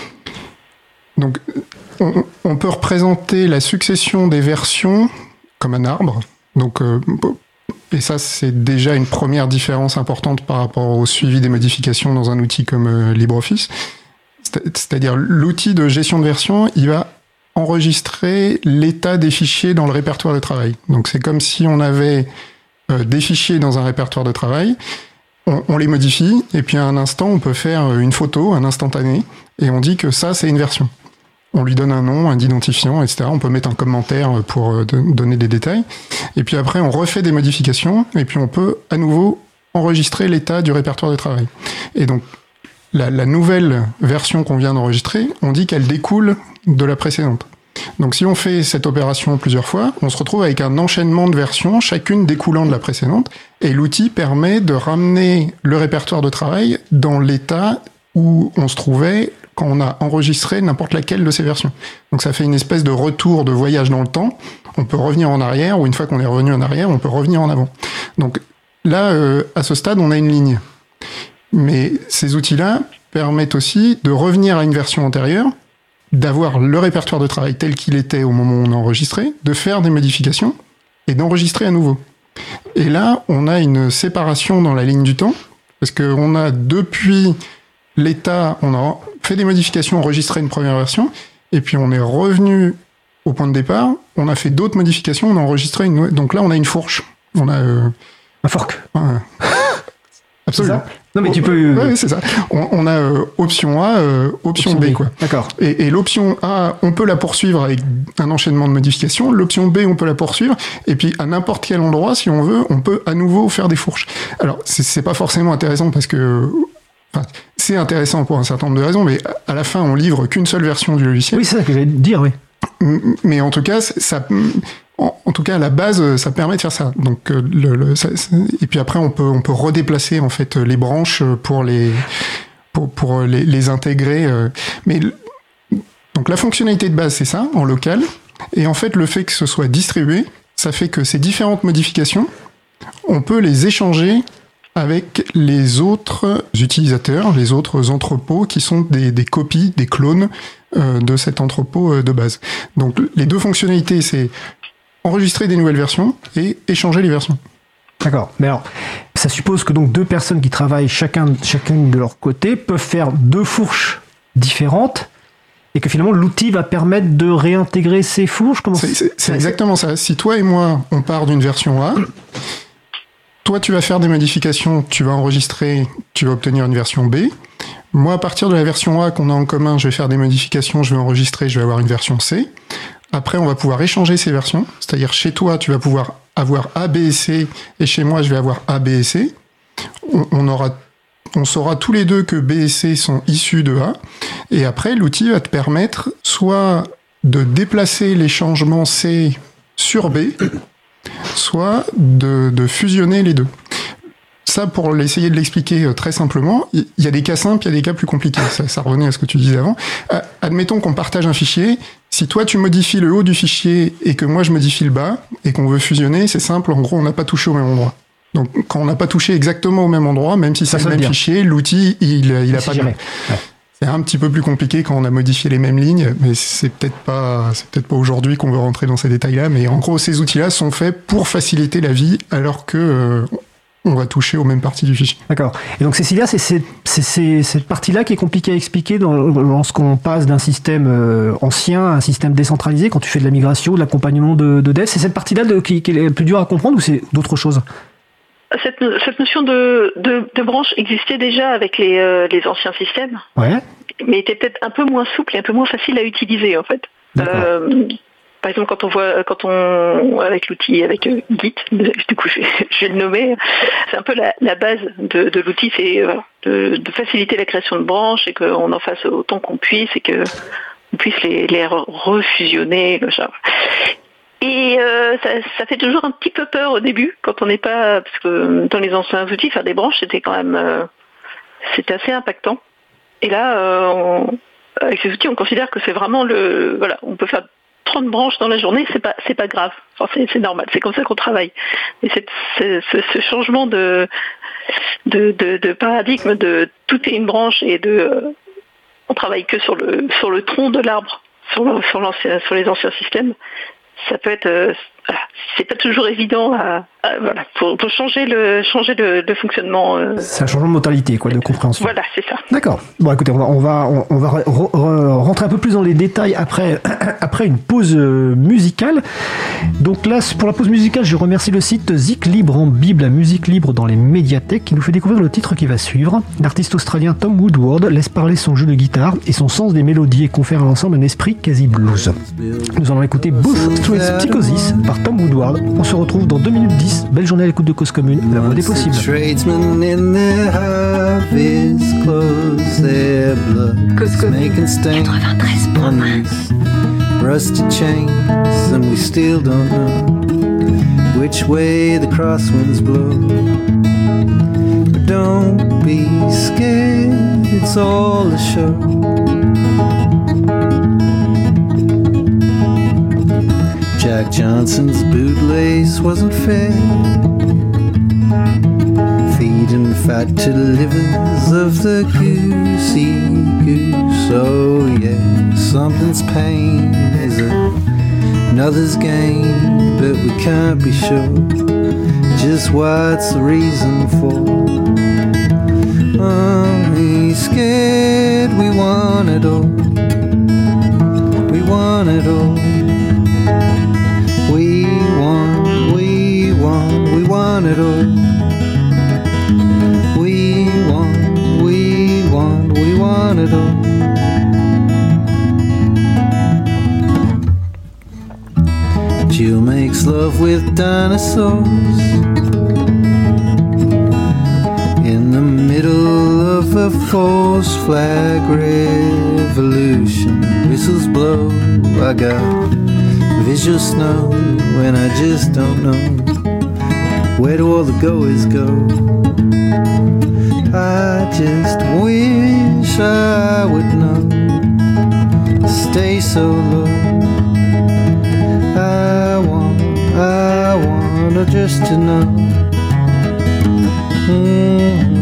Speaker 3: donc on, on peut représenter la succession des versions comme un arbre. Donc, euh, et ça, c'est déjà une première différence importante par rapport au suivi des modifications dans un outil comme euh, LibreOffice. C'est-à-dire l'outil de gestion de version, il va enregistrer l'état des fichiers dans le répertoire de travail. Donc c'est comme si on avait euh, des fichiers dans un répertoire de travail, on, on les modifie, et puis à un instant, on peut faire une photo, un instantané, et on dit que ça, c'est une version. On lui donne un nom, un identifiant, et cetera. On peut mettre un commentaire pour euh, donner des détails. Et puis après, on refait des modifications, et puis on peut à nouveau enregistrer l'état du répertoire de travail. Et donc, La, la nouvelle version qu'on vient d'enregistrer, on dit qu'elle découle de la précédente. Donc si on fait cette opération plusieurs fois, on se retrouve avec un enchaînement de versions, chacune découlant de la précédente, et l'outil permet de ramener le répertoire de travail dans l'état où on se trouvait quand on a enregistré n'importe laquelle de ces versions. Donc ça fait une espèce de retour, de voyage dans le temps. On peut revenir en arrière, ou une fois qu'on est revenu en arrière, on peut revenir en avant. Donc là, euh, à ce stade, on a une ligne. Mais ces outils-là permettent aussi de revenir à une version antérieure, d'avoir le répertoire de travail tel qu'il était au moment où on a enregistré, de faire des modifications et d'enregistrer à nouveau. Et là, on a une séparation dans la ligne du temps, parce qu'on a depuis l'état, on a fait des modifications, enregistré une première version, et puis on est revenu au point de départ, on a fait d'autres modifications, on a enregistré une nouvelle. Donc là, on a une fourche. On a... Euh,
Speaker 1: un fork.
Speaker 3: Un, Absolument.
Speaker 1: Non, mais tu peux.
Speaker 3: Oui, c'est ça. On, on a euh, option A, euh, option, option B, B, quoi.
Speaker 1: D'accord.
Speaker 3: Et, et l'option A, on peut la poursuivre avec un enchaînement de modifications. L'option B, on peut la poursuivre. Et puis, à n'importe quel endroit, si on veut, on peut à nouveau faire des fourches. Alors, c'est, c'est pas forcément intéressant parce que. Enfin, c'est intéressant pour un certain nombre de raisons, mais à la fin, on livre qu'une seule version du logiciel.
Speaker 1: Oui, c'est ça que j'allais te dire, oui.
Speaker 3: Mais en tout cas, ça. En, en tout cas, à la base, ça permet de faire ça. Donc, le, le, ça, et puis après, on peut, on peut redéplacer en fait les branches pour les, pour, pour les, les intégrer. Mais donc, la fonctionnalité de base, c'est ça, en local. Et en fait, le fait que ce soit distribué, ça fait que ces différentes modifications, on peut les échanger avec les autres utilisateurs, les autres entrepôts qui sont des, des copies, des clones euh, de cet entrepôt de base. Donc, les deux fonctionnalités, c'est enregistrer des nouvelles versions et échanger les versions.
Speaker 1: D'accord. Mais alors, ça suppose que donc deux personnes qui travaillent chacun, chacune de leur côté peuvent faire deux fourches différentes et que finalement l'outil va permettre de réintégrer ces fourches. Comment
Speaker 3: c'est, c'est, c'est exactement ça. Si toi et moi, on part d'une version A, toi tu vas faire des modifications, tu vas enregistrer, tu vas obtenir une version B. Moi, à partir de la version A qu'on a en commun, je vais faire des modifications, je vais enregistrer, je vais avoir une version C. Après, on va pouvoir échanger ces versions. C'est-à-dire, chez toi, tu vas pouvoir avoir A, B et C, et chez moi, je vais avoir A, B et C. On, on aura, on saura tous les deux que B et C sont issus de A. Et après, l'outil va te permettre soit de déplacer les changements C sur B, soit de, de fusionner les deux. Ça, pour essayer de l'expliquer très simplement, il y a des cas simples, il y a des cas plus compliqués. Ça, ça revenait à ce que tu disais avant. Euh, admettons qu'on partage un fichier. Si toi, tu modifies le haut du fichier et que moi, je modifie le bas et qu'on veut fusionner, c'est simple. En gros, on n'a pas touché au même endroit. Donc, quand on n'a pas touché exactement au même endroit, même si c'est le même bien. fichier, l'outil, il, il a pas de... Ouais. C'est un petit peu plus compliqué quand on a modifié les mêmes lignes, mais c'est peut-être pas, c'est peut-être pas aujourd'hui qu'on veut rentrer dans ces détails-là. Mais en gros, ces outils-là sont faits pour faciliter la vie, alors que euh, on va toucher aux mêmes parties du fichier.
Speaker 1: D'accord. Et donc, Cécilia, c'est, c'est, c'est, c'est cette partie-là qui est compliquée à expliquer dans, lorsqu'on passe d'un système euh, ancien à un système décentralisé, quand tu fais de la migration, de l'accompagnement de, de dev. C'est cette partie-là de, qui, qui est plus dure à comprendre ou c'est d'autres choses ?
Speaker 2: Cette, cette notion de, de, de branche existait déjà avec les, euh, les anciens systèmes,
Speaker 1: ouais.
Speaker 2: mais était peut-être un peu moins souple et un peu moins facile à utiliser en fait. Euh, par exemple, quand on voit, quand on avec l'outil, avec euh, Git, du coup je vais, je vais le nommer, c'est un peu la, la base de, de l'outil, c'est euh, de, de faciliter la création de branches et qu'on en fasse autant qu'on puisse et que on puisse les, les refusionner. Genre. Et euh, ça, ça fait toujours un petit peu peur au début quand on n'est pas, parce que dans les anciens outils, faire des branches c'était quand même, euh, c'était assez impactant. Et là, euh, on, avec ces outils, on considère que c'est vraiment le, voilà, on peut faire trente branches dans la journée, c'est pas, c'est pas grave. Enfin, c'est, c'est normal, c'est comme ça qu'on travaille. Et c'est, c'est, c'est ce changement de, de, de, de paradigme de tout est une branche et de, euh, on travaille que sur le, sur le tronc de l'arbre, sur, le, sur, l'ancien, sur les anciens systèmes. Ça peut être, euh, voilà, c'est pas toujours évident à, à, voilà, pour, pour changer le changer le, le fonctionnement. Euh...
Speaker 1: C'est un changement de mentalité, quoi, de compréhension.
Speaker 2: Voilà, c'est ça.
Speaker 1: D'accord. Bon, écoutez, on va on va on, on va re, re, rentrer un peu plus dans les détails après après une pause musicale. Donc là, pour la pause musicale, je remercie le site Zik Libre en Bible, la musique libre dans les médiathèques, qui nous fait découvrir le titre qui va suivre. L'artiste australien Tom Woodward laisse parler son jeu de guitare et son sens des mélodies et confère à l'ensemble un esprit quasi blues. Nous allons écouter Bush Street Psychosis par Tom Woodward. On se retrouve dans deux minutes dix. Belle journée à l'écoute de Cause Commune, la voix des possibles.
Speaker 4: Cause Commune quatre-vingt-treize point un. Rusty chains and we still don't know which way the crosswinds blow. But don't be scared, it's all a show. Jack Johnson's bootlace wasn't fair, feeding fat to the livers of the goosey goose. Oh yeah, something's pain is another's gain, but we can't be sure just what's the reason for. Oh, he's scared, we want it all, we want it all. We want, we want, we want it all. We with dinosaurs. In the middle of a false flag revolution, whistles blow, I got visual snow, and I just don't know, where do all the goers go? I just wish I would know, stay so low. I want, I want just to know. Mm-hmm.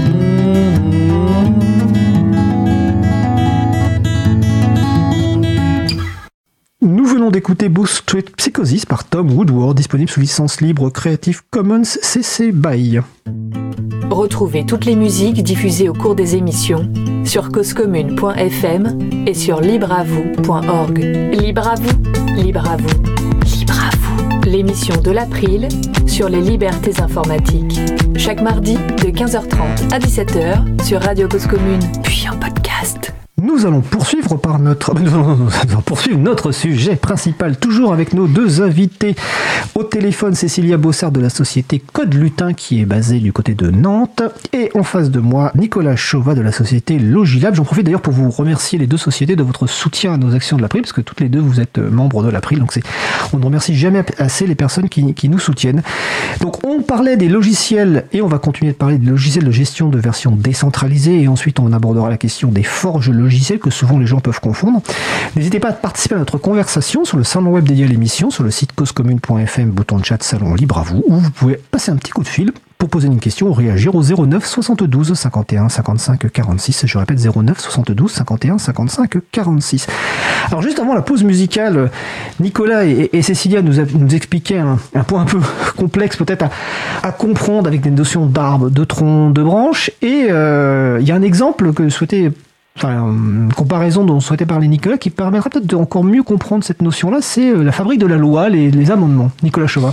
Speaker 1: Nous venons d'écouter Bow Street Psychosis par Tom Woodward, disponible sous licence libre Creative Commons C C B Y.
Speaker 5: Retrouvez toutes les musiques diffusées au cours des émissions sur cause commune point f m et sur libre à vous point org. Libre à vous, libre à vous, libre à vous. L'émission de l'April sur les libertés informatiques. Chaque mardi de quinze heures trente à dix-sept heures sur Radio Cause Commune, puis en podcast.
Speaker 1: Nous allons poursuivre par notre, nous allons poursuivre notre sujet principal, toujours avec nos deux invités. Au téléphone, Cécilia Bossard de la société Code Lutin, qui est basée du côté de Nantes. Et en face de moi, Nicolas Chauvat de la société Logilab. J'en profite d'ailleurs pour vous remercier les deux sociétés de votre soutien à nos actions de l'April, parce que toutes les deux, vous êtes membres de l'April. Donc c'est, on ne remercie jamais assez les personnes qui, qui nous soutiennent. Donc on parlait des logiciels, et on va continuer de parler des logiciels de gestion de version décentralisée. Et ensuite, on abordera la question des forges logicielles que souvent les gens peuvent confondre. N'hésitez pas à participer à notre conversation sur le salon web dédié à l'émission, sur le site cause commune point f m, bouton de chat salon libre à vous, où vous pouvez passer un petit coup de fil pour poser une question ou réagir au zéro neuf soixante-douze cinquante et un cinquante-cinq quarante-six. Je répète, zéro neuf soixante-douze cinquante et un cinquante-cinq quarante-six. Alors juste avant la pause musicale, Nicolas et, et Cécilia nous, a, nous expliquaient un, un point un peu complexe peut-être à, à comprendre avec des notions d'arbres, de troncs, de branches. Et euh, il y a un exemple que je souhaitais... Enfin, une comparaison dont souhaitait parler Nicolas qui permettra peut-être de encore mieux comprendre cette notion-là, c'est la fabrique de la loi, les, les amendements. Nicolas Chauvat.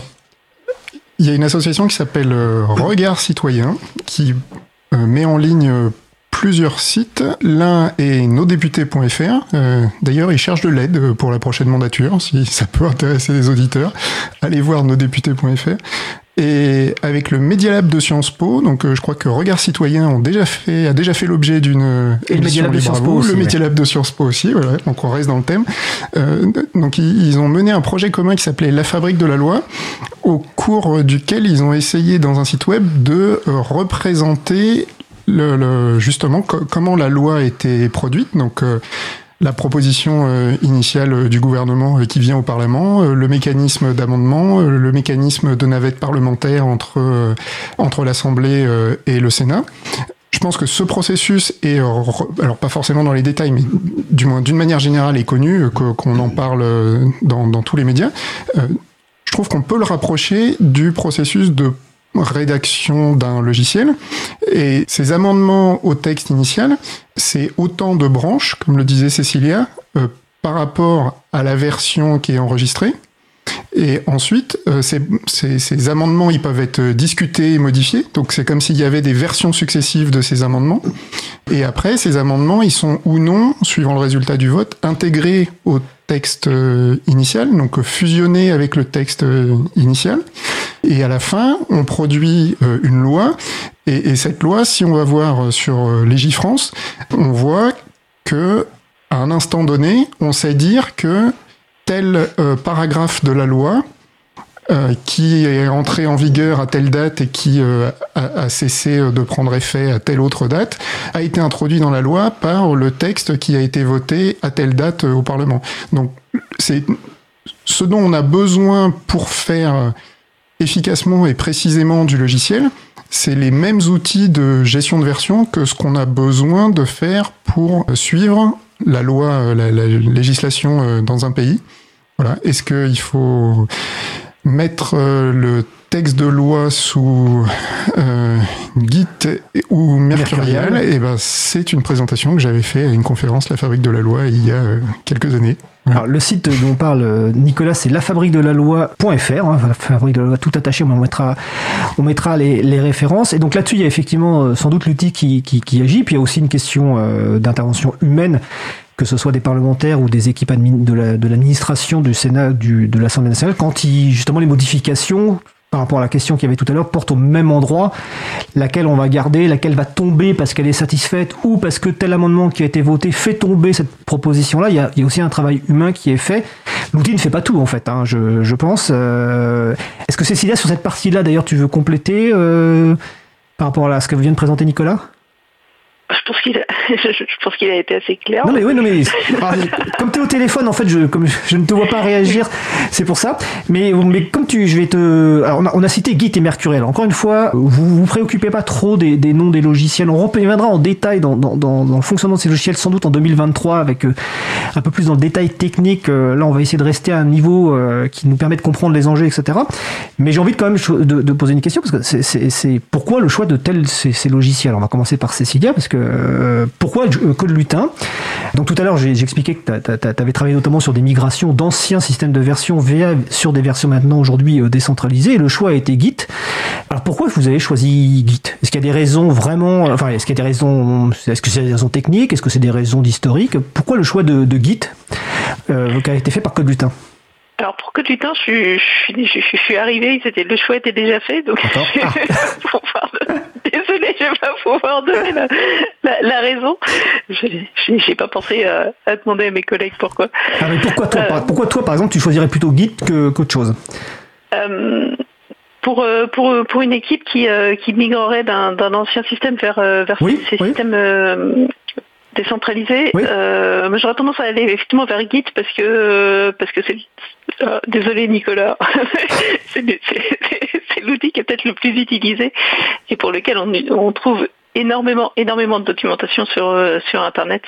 Speaker 3: Il y a une association qui s'appelle Regard Citoyen qui met en ligne plusieurs sites. L'un est nosdéputés point f r. Euh, d'ailleurs, ils cherchent de l'aide pour la prochaine mandature, si ça peut intéresser les auditeurs. Allez voir nosdéputés point f r. Et avec le Media Lab de Sciences Po, donc euh, je crois que Regard Citoyen ont déjà fait, a déjà fait l'objet d'une
Speaker 1: et
Speaker 3: émission
Speaker 1: le Media Lab de Sciences Po aussi,
Speaker 3: le
Speaker 1: ouais.
Speaker 3: Media Lab de Sciences Po aussi, voilà, donc on reste dans le thème. Euh, donc ils, ils ont mené un projet commun qui s'appelait La Fabrique de la Loi, au cours duquel ils ont essayé dans un site web de euh, représenter le, le, justement co- comment la loi a été produite. Donc euh, la proposition euh, initiale euh, du gouvernement euh, qui vient au Parlement, euh, le mécanisme d'amendement, euh, le mécanisme de navette parlementaire entre, euh, entre l'Assemblée euh, et le Sénat. Je pense que ce processus est, euh, alors pas forcément dans les détails, mais du moins d'une manière générale est connu, euh, que, qu'on en parle euh, dans, dans tous les médias. Euh, je trouve qu'on peut le rapprocher du processus de rédaction d'un logiciel, et ces amendements au texte initial, c'est autant de branches, comme le disait Cécilia, euh, par rapport à la version qui est enregistrée. Et ensuite, euh, ces, ces, ces amendements, ils peuvent être discutés et modifiés. Donc c'est comme s'il y avait des versions successives de ces amendements. Et après, ces amendements, ils sont ou non, suivant le résultat du vote, intégrés au texte euh, initial, donc fusionnés avec le texte euh, initial. Et à la fin, on produit euh, une loi. Et, et cette loi, si on va voir sur euh, Légifrance, on voit que à un instant donné, on sait dire que tel euh, paragraphe de la loi euh, qui est entré en vigueur à telle date et qui euh, a, a cessé de prendre effet à telle autre date a été introduit dans la loi par le texte qui a été voté à telle date euh, au Parlement. Donc c'est ce dont on a besoin pour faire efficacement et précisément du logiciel, c'est les mêmes outils de gestion de version que ce qu'on a besoin de faire pour suivre la loi, la, la législation dans un pays. Voilà. Est-ce qu'il faut mettre le texte de loi sous euh, Git ou Mercurial?
Speaker 1: Mercurial.
Speaker 3: Et ben, c'est une présentation que j'avais fait à une conférence La Fabrique de la Loi il y a euh, quelques années.
Speaker 1: Alors, le site dont parle Nicolas, c'est la fabrique de la loi point f r, hein, la fabrique de la loi tout attaché, mais on mettra, on mettra les, les références. Et donc là-dessus, il y a effectivement euh, sans doute l'outil qui, qui, qui agit, puis il y a aussi une question euh, d'intervention humaine que ce soit des parlementaires ou des équipes admin, de, la, de l'administration du Sénat, du, de l'Assemblée nationale, quand ils, justement les modifications par rapport à la question qu'il y avait tout à l'heure portent au même endroit, laquelle on va garder, laquelle va tomber parce qu'elle est satisfaite ou parce que tel amendement qui a été voté fait tomber cette proposition-là. Il y a, il y a aussi un travail humain qui est fait. L'outil ne fait pas tout en fait, hein, je, je pense. Euh, est-ce que Cécilia, sur cette partie-là, d'ailleurs, tu veux compléter euh, par rapport à ce que vient de présenter Nicolas ?
Speaker 2: Je pense qu'il a, je pense qu'il a été assez clair.
Speaker 1: Non mais oui, non mais alors, comme tu es au téléphone, en fait, je comme je ne te vois pas réagir, c'est pour ça. Mais mais comme tu, je vais te, alors on a, on a cité Git et Mercurial. Encore une fois, vous vous préoccupez pas trop des, des noms des logiciels. On reviendra en détail dans, dans dans dans le fonctionnement de ces logiciels sans doute en deux mille vingt-trois avec euh, un peu plus dans le détail technique. Euh, là, on va essayer de rester à un niveau euh, qui nous permet de comprendre les enjeux, et cetera. Mais j'ai envie de quand même de, de poser une question parce que c'est c'est c'est pourquoi le choix de tels ces, ces logiciels. On va commencer par Cécilia parce que Euh, pourquoi euh, Code Lutin ? Donc tout à l'heure, j'ai, j'expliquais que tu avais travaillé notamment sur des migrations d'anciens systèmes de version V A sur des versions maintenant aujourd'hui euh, décentralisées. Et le choix a été Git. Alors pourquoi vous avez choisi Git ? Est-ce qu'il y a des raisons vraiment, enfin est-ce qu'il y a des raisons, est-ce que c'est des raisons techniques ? Est-ce que c'est des raisons d'historique ? Pourquoi le choix de, de Git euh, qui a été fait par Code Lutin ?
Speaker 2: Alors pour Code Lutin, je suis, je suis, je suis, je suis arrivée, c'était, le choix était déjà fait, donc je, ah. désolée, je vais pas pouvoir donner la, la, la raison. Je j'ai pas pensé à, à demander à mes collègues pourquoi.
Speaker 1: Ah mais pourquoi toi, euh, pourquoi toi par exemple tu choisirais plutôt Git que, qu'autre chose ?
Speaker 2: euh, Pour, pour, pour une équipe qui, euh, qui migrerait d'un, d'un ancien système vers, vers
Speaker 1: oui,
Speaker 2: ces
Speaker 1: oui.
Speaker 2: systèmes euh, décentralisés, oui. euh, j'aurais tendance à aller effectivement vers Git parce que, parce que c'est... Euh, désolé Nicolas, c'est, c'est, c'est, c'est l'outil qui est peut-être le plus utilisé et pour lequel on, on trouve énormément, énormément de documentation sur, euh, sur Internet.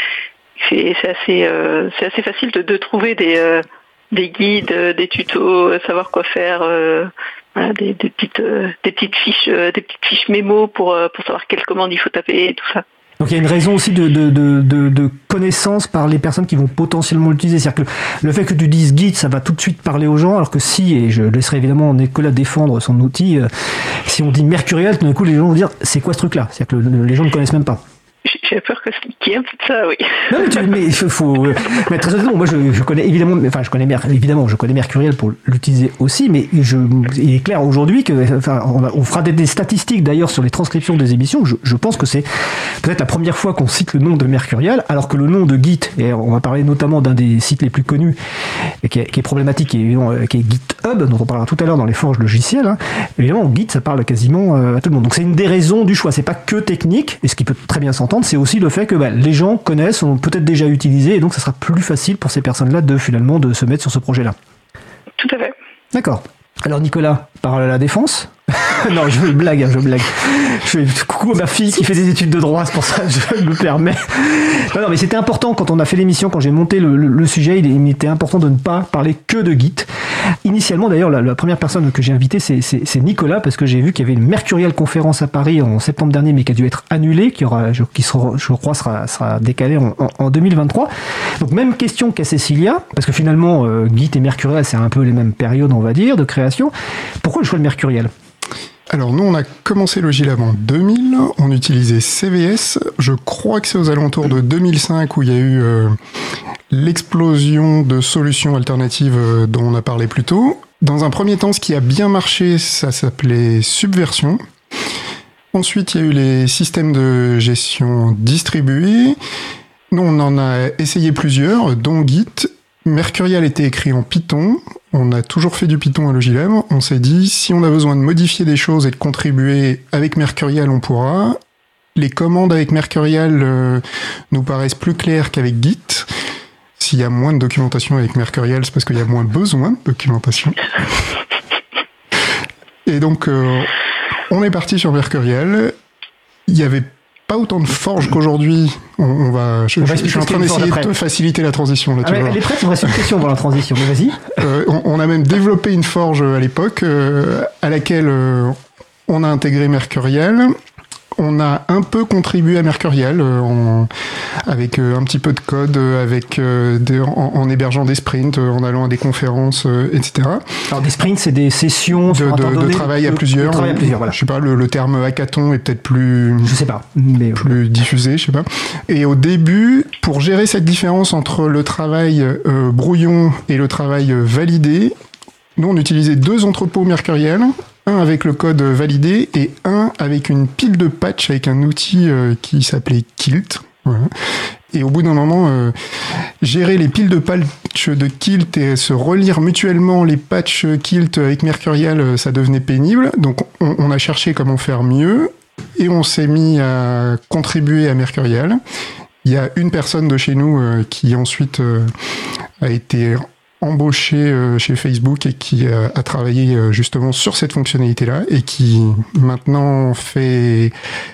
Speaker 2: C'est, c'est, assez, euh, c'est assez facile de, de trouver des, euh, des guides, des tutos, savoir quoi faire, euh, voilà, des, des, petites, euh, des petites fiches, euh, des petites fiches mémo pour, euh, pour savoir quelle commande il faut taper et tout ça.
Speaker 1: Donc il y a une raison aussi de, de, de, de, de connaissance par les personnes qui vont potentiellement l'utiliser. C'est-à-dire que le fait que tu dises Git, ça va tout de suite parler aux gens, alors que si, et je laisserai évidemment Nicolas défendre son outil, euh, si on dit Mercurial, tout d'un coup les gens vont dire c'est quoi ce truc-là ? C'est-à-dire que le, les gens ne connaissent même pas.
Speaker 2: J'ai peur que qu'il y ait un peu de ça, oui.
Speaker 1: Non, mais, tu, mais il faut. Mais très honnêtement, moi, je, je connais évidemment, enfin, je connais évidemment, je connais Mercurial pour l'utiliser aussi, mais je, il est clair aujourd'hui que, enfin, on, a, on fera des, des statistiques d'ailleurs sur les transcriptions des émissions. Je, je pense que c'est peut-être la première fois qu'on cite le nom de Mercurial, alors que le nom de Git, et on va parler notamment d'un des sites les plus connus et qui est, qui est problématique, qui est, qui est GitHub, dont on parlera tout à l'heure dans les forges logicielles. Hein. Évidemment, Git, ça parle quasiment à tout le monde. Donc c'est une des raisons du choix. C'est pas que technique, et ce qui peut très bien s'entendre, c'est aussi le fait que bah, les gens connaissent, ont peut-être déjà utilisé, et donc ça sera plus facile pour ces personnes-là de finalement de se mettre sur ce projet-là.
Speaker 2: Tout à fait.
Speaker 1: D'accord. Alors Nicolas, parole à la défense. Non, je blague, je blague. Je fais coucou à ma fille qui fait des études de droit, c'est pour ça que je me permets. Non, non, mais c'était important quand on a fait l'émission, quand j'ai monté le, le, le sujet, il, il était important de ne pas parler que de Git. Initialement, d'ailleurs, la, la première personne que j'ai invitée, c'est, c'est, c'est Nicolas, parce que j'ai vu qu'il y avait une Mercurial conférence à Paris en septembre dernier, mais qui a dû être annulée, qui aura, je, qui sera, je crois, sera, sera décalée en, en, en deux mille vingt-trois. Donc même question qu'à Cécilia, parce que finalement, euh, Git et Mercurial, c'est un peu les mêmes périodes, on va dire, de création. Pourquoi le choix de Mercurial ?
Speaker 3: Alors nous, on a commencé le Logilab en deux mille, on utilisait C V S, je crois que c'est aux alentours de deux mille cinq où il y a eu euh, l'explosion de solutions alternatives euh, dont on a parlé plus tôt. Dans un premier temps, ce qui a bien marché, ça s'appelait Subversion. Ensuite, il y a eu les systèmes de gestion distribués. Nous, on en a essayé plusieurs, dont Git. Mercurial était écrit en Python. On a toujours fait du Python à Logilab. On s'est dit, si on a besoin de modifier des choses et de contribuer avec Mercurial, on pourra. Les commandes avec Mercurial euh, nous paraissent plus claires qu'avec Git. S'il y a moins de documentation avec Mercurial, c'est parce qu'il y a moins besoin de documentation. Et donc, euh, on est parti sur Mercurial. Il y avait pas autant de forges qu'aujourd'hui. On, on va, je, on va je, je suis en train d'essayer de te faciliter la transition. Là,
Speaker 1: ah
Speaker 3: tu
Speaker 1: ouais, elle est prête, il me reste une question dans la transition, mais vas-y.
Speaker 3: Euh, on, on a même développé une forge à l'époque, euh, à laquelle euh, on a intégré Mercurial. On a un peu contribué à Mercurial euh, en, avec euh, un petit peu de code, euh, avec euh, des, en, en hébergeant des sprints, euh, en allant à des conférences, euh, et cetera.
Speaker 1: Alors des sprints, c'est des sessions
Speaker 3: de,
Speaker 1: sur un
Speaker 3: de,
Speaker 1: temps
Speaker 3: de
Speaker 1: donné,
Speaker 3: travail à
Speaker 1: de,
Speaker 3: plusieurs.
Speaker 1: De travail à plusieurs, voilà.
Speaker 3: Je sais pas, le, le terme hackathon est peut-être plus.
Speaker 1: Je sais pas, mais
Speaker 3: plus diffusé, je sais pas. Et au début, pour gérer cette différence entre le travail euh, brouillon et le travail euh, validé, nous on utilisait deux entrepôts Mercurial. Un avec le code validé et un avec une pile de patch avec un outil euh, qui s'appelait Kilt. Voilà. Et au bout d'un moment, euh, gérer les piles de patch de Kilt et se relire mutuellement les patchs Kilt avec Mercurial, euh, ça devenait pénible. Donc on, on a cherché comment faire mieux et on s'est mis à contribuer à Mercurial. Il y a une personne de chez nous euh, qui ensuite euh, a été embauché euh, chez Facebook et qui euh, a travaillé euh, justement sur cette fonctionnalité-là et qui maintenant fait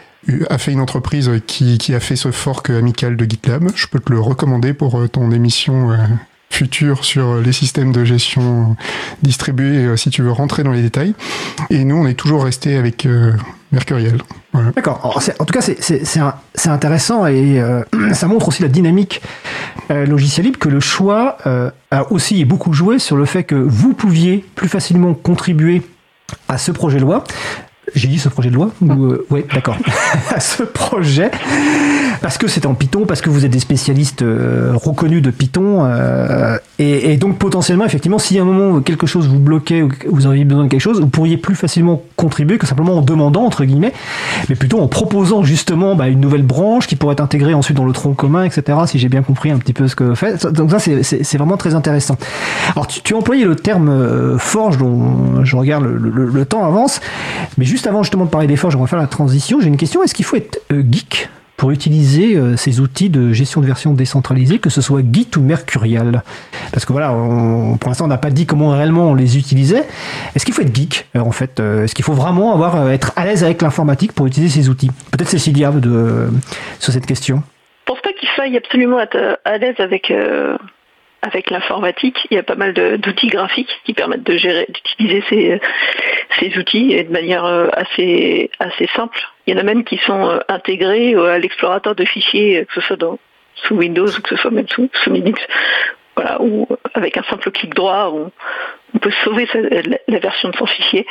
Speaker 3: a fait une entreprise qui, qui a fait ce fork amical de GitLab. Je peux te le recommander pour euh, ton émission euh, future sur les systèmes de gestion distribués euh, si tu veux rentrer dans les détails. Et nous, on est toujours resté avec euh, Mercurial. Voilà.
Speaker 1: D'accord. Alors, c'est, en tout cas, c'est, c'est, c'est, un, c'est intéressant et euh, ça montre aussi la dynamique euh, logiciel libre, que le choix euh, a aussi beaucoup joué sur le fait que vous pouviez plus facilement contribuer à ce projet de loi. J'ai dit ce projet de loi ou euh, ouais, d'accord. À ce projet, parce que c'était en Python, parce que vous êtes des spécialistes euh, reconnus de Python, euh, et, et donc potentiellement, effectivement, si à un moment quelque chose vous bloquait ou que vous aviez besoin de quelque chose, vous pourriez plus facilement contribuer que simplement en demandant, entre guillemets, mais plutôt en proposant justement bah, une nouvelle branche qui pourrait être intégrée ensuite dans le tronc commun, et cetera. Si j'ai bien compris un petit peu ce que vous faites. Donc ça, c'est, c'est, c'est vraiment très intéressant. Alors, tu, tu as employé le terme euh, forge, dont je regarde le, le, le temps avance, mais juste avant justement de parler des forges, on va faire la transition. J'ai une question. Est-ce qu'il faut être euh, geek pour utiliser euh, ces outils de gestion de version décentralisée, que ce soit Git ou Mercurial? Parce que voilà, on, pour l'instant, on n'a pas dit comment réellement on les utilisait. Est-ce qu'il faut être geek, euh, en fait? euh, Est-ce qu'il faut vraiment avoir, euh, être à l'aise avec l'informatique pour utiliser ces outils? Peut-être Cécilia, de, euh, sur cette question.
Speaker 2: Je pense pas qu'il faille absolument être à l'aise avec... Euh... Avec l'informatique, il y a pas mal de, d'outils graphiques qui permettent de gérer, d'utiliser ces, ces outils et de manière assez, assez simple. Il y en a même qui sont intégrés à l'explorateur de fichiers, que ce soit dans, sous Windows ou que ce soit même sous, sous Linux. Voilà, ou avec un simple clic droit, on, on peut sauver sa, la, la version de son fichier.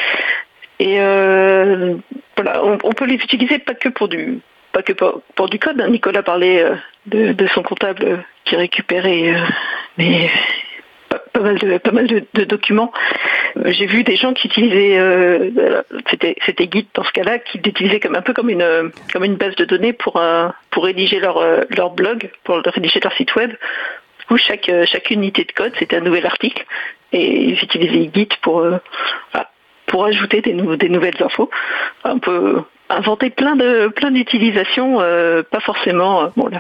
Speaker 2: Et euh, voilà, on, on peut les utiliser pas que pour du pas que pour, pour du code. Nicolas parlait de, de son comptable qui récupérait euh, mais pas, pas mal de pas mal de, de documents. Euh, j'ai vu des gens qui utilisaient euh, c'était c'était Git dans ce cas-là, qui l'utilisaient comme un peu comme une comme une base de données pour euh, pour rédiger leur leur blog, pour rédiger leur site web. Du coup, chaque chaque unité de code, c'était un nouvel article et ils utilisaient Git pour euh, pour ajouter des, nou- des nouvelles infos. On peut inventer plein de plein d'utilisations, euh, pas forcément euh, bon là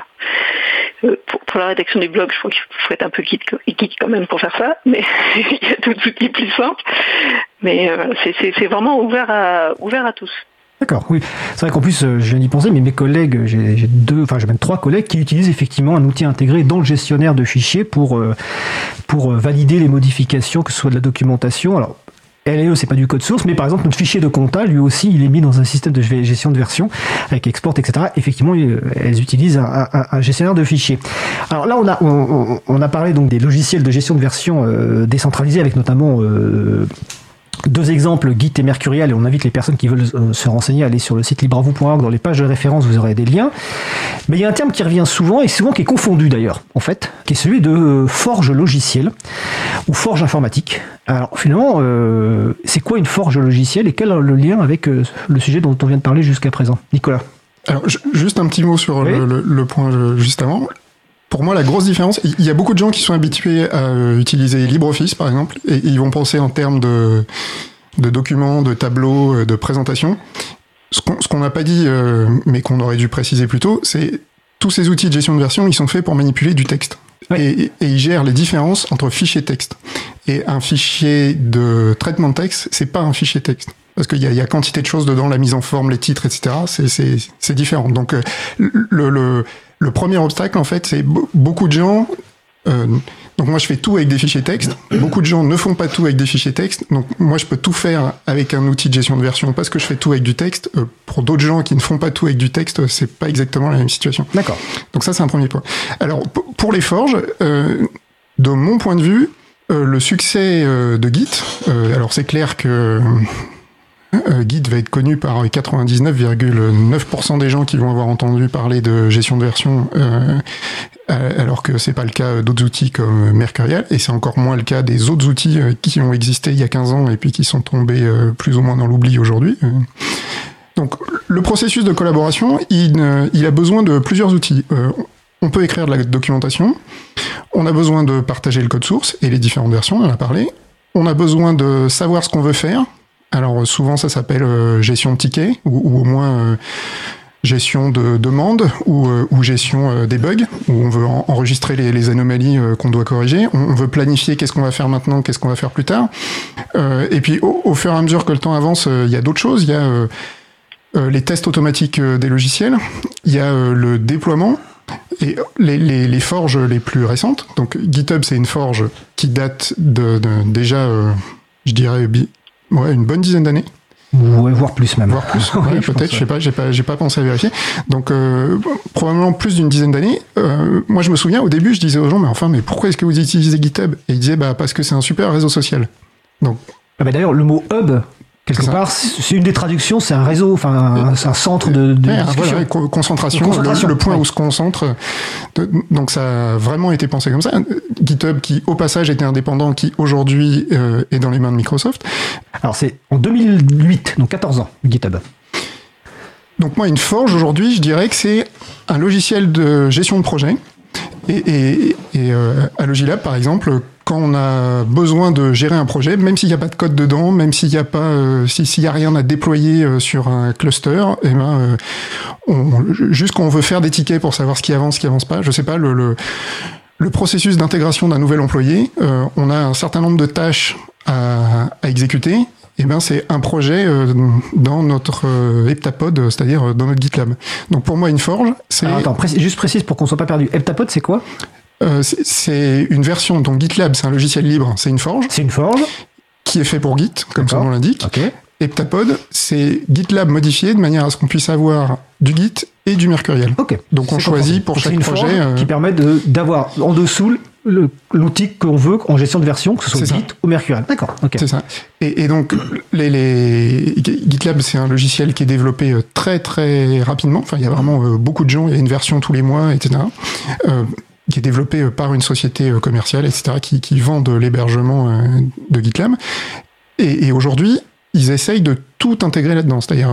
Speaker 2: euh, pour, pour la rédaction du blog, je crois qu'il faut être un peu Git, Git quand même pour faire ça, mais il y a d'autres outils plus simples. Mais euh, c'est, c'est, c'est vraiment ouvert à ouvert à tous.
Speaker 1: D'accord, oui. C'est vrai qu'en plus, je viens d'y penser, mais mes collègues, j'ai, j'ai deux, enfin j'ai même trois collègues qui utilisent effectivement un outil intégré dans le gestionnaire de fichiers pour euh, pour valider les modifications, que ce soit de la documentation. Alors L E, c'est pas du code source, mais par exemple, notre fichier de compta, lui aussi, il est mis dans un système de gestion de version avec export, et cetera. Effectivement, elles utilisent un, un, un gestionnaire de fichiers. Alors là, on a, on, on a parlé donc des logiciels de gestion de version euh, décentralisés avec notamment euh, deux exemples, Git et Mercurial, et on invite les personnes qui veulent se renseigner à aller sur le site libravou point org. Dans les pages de référence, vous aurez des liens. Mais il y a un terme qui revient souvent, et souvent qui est confondu d'ailleurs, en fait, qui est celui de forge logicielle ou forge informatique. Alors finalement, euh, c'est quoi une forge logicielle et quel est le lien avec euh, le sujet dont on vient de parler jusqu'à présent? Nicolas.
Speaker 3: Alors, j- juste un petit mot sur
Speaker 1: oui.
Speaker 3: le, le, le point euh, juste avant. Pour moi, la grosse différence, il y a beaucoup de gens qui sont habitués à utiliser LibreOffice, par exemple, et ils vont penser en termes de, de documents, de tableaux, de présentations. Ce qu'on, ce qu'on n'a pas dit, euh, mais qu'on aurait dû préciser plus tôt, c'est tous ces outils de gestion de version, ils sont faits pour manipuler du texte. Oui. Et, et ils gèrent les différences entre fichier texte. Et un fichier de traitement de texte, c'est pas un fichier texte. Parce qu'il y a, il y a quantité de choses dedans, la mise en forme, les titres, et cetera. C'est, c'est, c'est différent. Donc, le, le, le premier obstacle, en fait, c'est b- beaucoup de gens Euh, donc moi je fais tout avec des fichiers texte. Beaucoup de gens ne font pas tout avec des fichiers texte. Donc moi je peux tout faire avec un outil de gestion de version parce que je fais tout avec du texte. Euh, pour d'autres gens qui ne font pas tout avec du texte, c'est pas exactement la même situation.
Speaker 1: D'accord.
Speaker 3: Donc ça c'est un premier point. Alors p- pour les forges, euh, de mon point de vue, euh, le succès euh, de Git, euh, alors c'est clair que Euh, Git va être connu par quatre-vingt-dix-neuf virgule neuf pour cent des gens qui vont avoir entendu parler de gestion de version, euh, alors que c'est pas le cas d'autres outils comme Mercurial, et c'est encore moins le cas des autres outils qui ont existé il y a quinze ans et puis qui sont tombés euh, plus ou moins dans l'oubli aujourd'hui. Donc le processus de collaboration, il, il a besoin de plusieurs outils. Euh, on peut écrire de la documentation, on a besoin de partager le code source et les différentes versions, on en a parlé, on a besoin de savoir ce qu'on veut faire. Alors souvent ça s'appelle euh, gestion de tickets ou, ou au moins euh, gestion de demandes ou, euh, ou gestion euh, des bugs où on veut en, enregistrer les, les anomalies euh, qu'on doit corriger. On, on veut planifier qu'est-ce qu'on va faire maintenant, qu'est-ce qu'on va faire plus tard. Euh, et puis au, au fur et à mesure que le temps avance, il euh, y a d'autres choses. Il y a euh, euh, les tests automatiques euh, des logiciels. Il y a euh, le déploiement. Et les, les, les forges les plus récentes. Donc GitHub c'est une forge qui date de, de déjà, euh, je dirais. Ouais, une bonne dizaine d'années.
Speaker 1: Ouais, voire plus même.
Speaker 3: Voire plus, ouais,
Speaker 1: oui,
Speaker 3: peut-être, je sais pas, j'ai pas, j'ai pas pensé à vérifier. Donc, euh, probablement plus d'une dizaine d'années. Euh, moi, je me souviens, au début, je disais aux gens, mais enfin, mais pourquoi est-ce que vous utilisez GitHub? Et ils disaient, bah, parce que c'est un super réseau social. Donc.
Speaker 1: Ah bah d'ailleurs, le mot hub, quelque c'est part, ça. C'est une des traductions, c'est un réseau, enfin, c'est un centre de, de
Speaker 3: ouais,
Speaker 1: discussion.
Speaker 3: Voilà, concentration, concentration. Le, le point ouais. où se concentre. De, donc ça a vraiment été pensé comme ça. GitHub qui, au passage, était indépendant, qui aujourd'hui euh, est dans les mains de Microsoft.
Speaker 1: Alors c'est en deux mille huit, donc quatorze ans, GitHub.
Speaker 3: Donc moi, une forge aujourd'hui, je dirais que c'est un logiciel de gestion de projet. Et, et, et euh, à Logilab, par exemple, quand on a besoin de gérer un projet, même s'il n'y a pas de code dedans, même s'il n'y a pas, euh, si, s'il y a rien à déployer euh, sur un cluster, et ben, euh, on, juste quand on veut faire des tickets pour savoir ce qui avance, ce qui avance pas, je sais pas, le, le, le processus d'intégration d'un nouvel employé, euh, on a un certain nombre de tâches à, à exécuter. Eh ben, c'est un projet euh, dans notre euh, heptapod, c'est-à-dire euh, dans notre GitLab. Donc pour moi, une forge, c'est...
Speaker 1: Alors, attends, précise, juste précise pour qu'on soit pas perdu. Heptapod, c'est quoi?
Speaker 3: euh, c'est, c'est une version, donc GitLab, c'est un logiciel libre, c'est une forge.
Speaker 1: C'est une forge
Speaker 3: qui est fait pour Git, comme son nom l'indique.
Speaker 1: Okay.
Speaker 3: Heptapod, c'est GitLab modifié de manière à ce qu'on puisse avoir du Git et du Mercurial.
Speaker 1: Okay.
Speaker 3: Donc on choisit pour
Speaker 1: donc
Speaker 3: chaque projet...
Speaker 1: Euh... qui permet de, d'avoir en dessous le, l'outil qu'on veut en gestion de version, que ce soit c'est Git ça. Ou Mercurial. D'accord. Okay.
Speaker 3: C'est ça. Et, et donc, les, les... GitLab, c'est un logiciel qui est développé très très rapidement. Enfin, il y a vraiment beaucoup de gens, il y a une version tous les mois, et cetera. Euh, qui est développé par une société commerciale, et cetera, qui, qui vendent l'hébergement de GitLab. Et, et aujourd'hui, ils essayent de tout intégrer là-dedans. C'est-à-dire...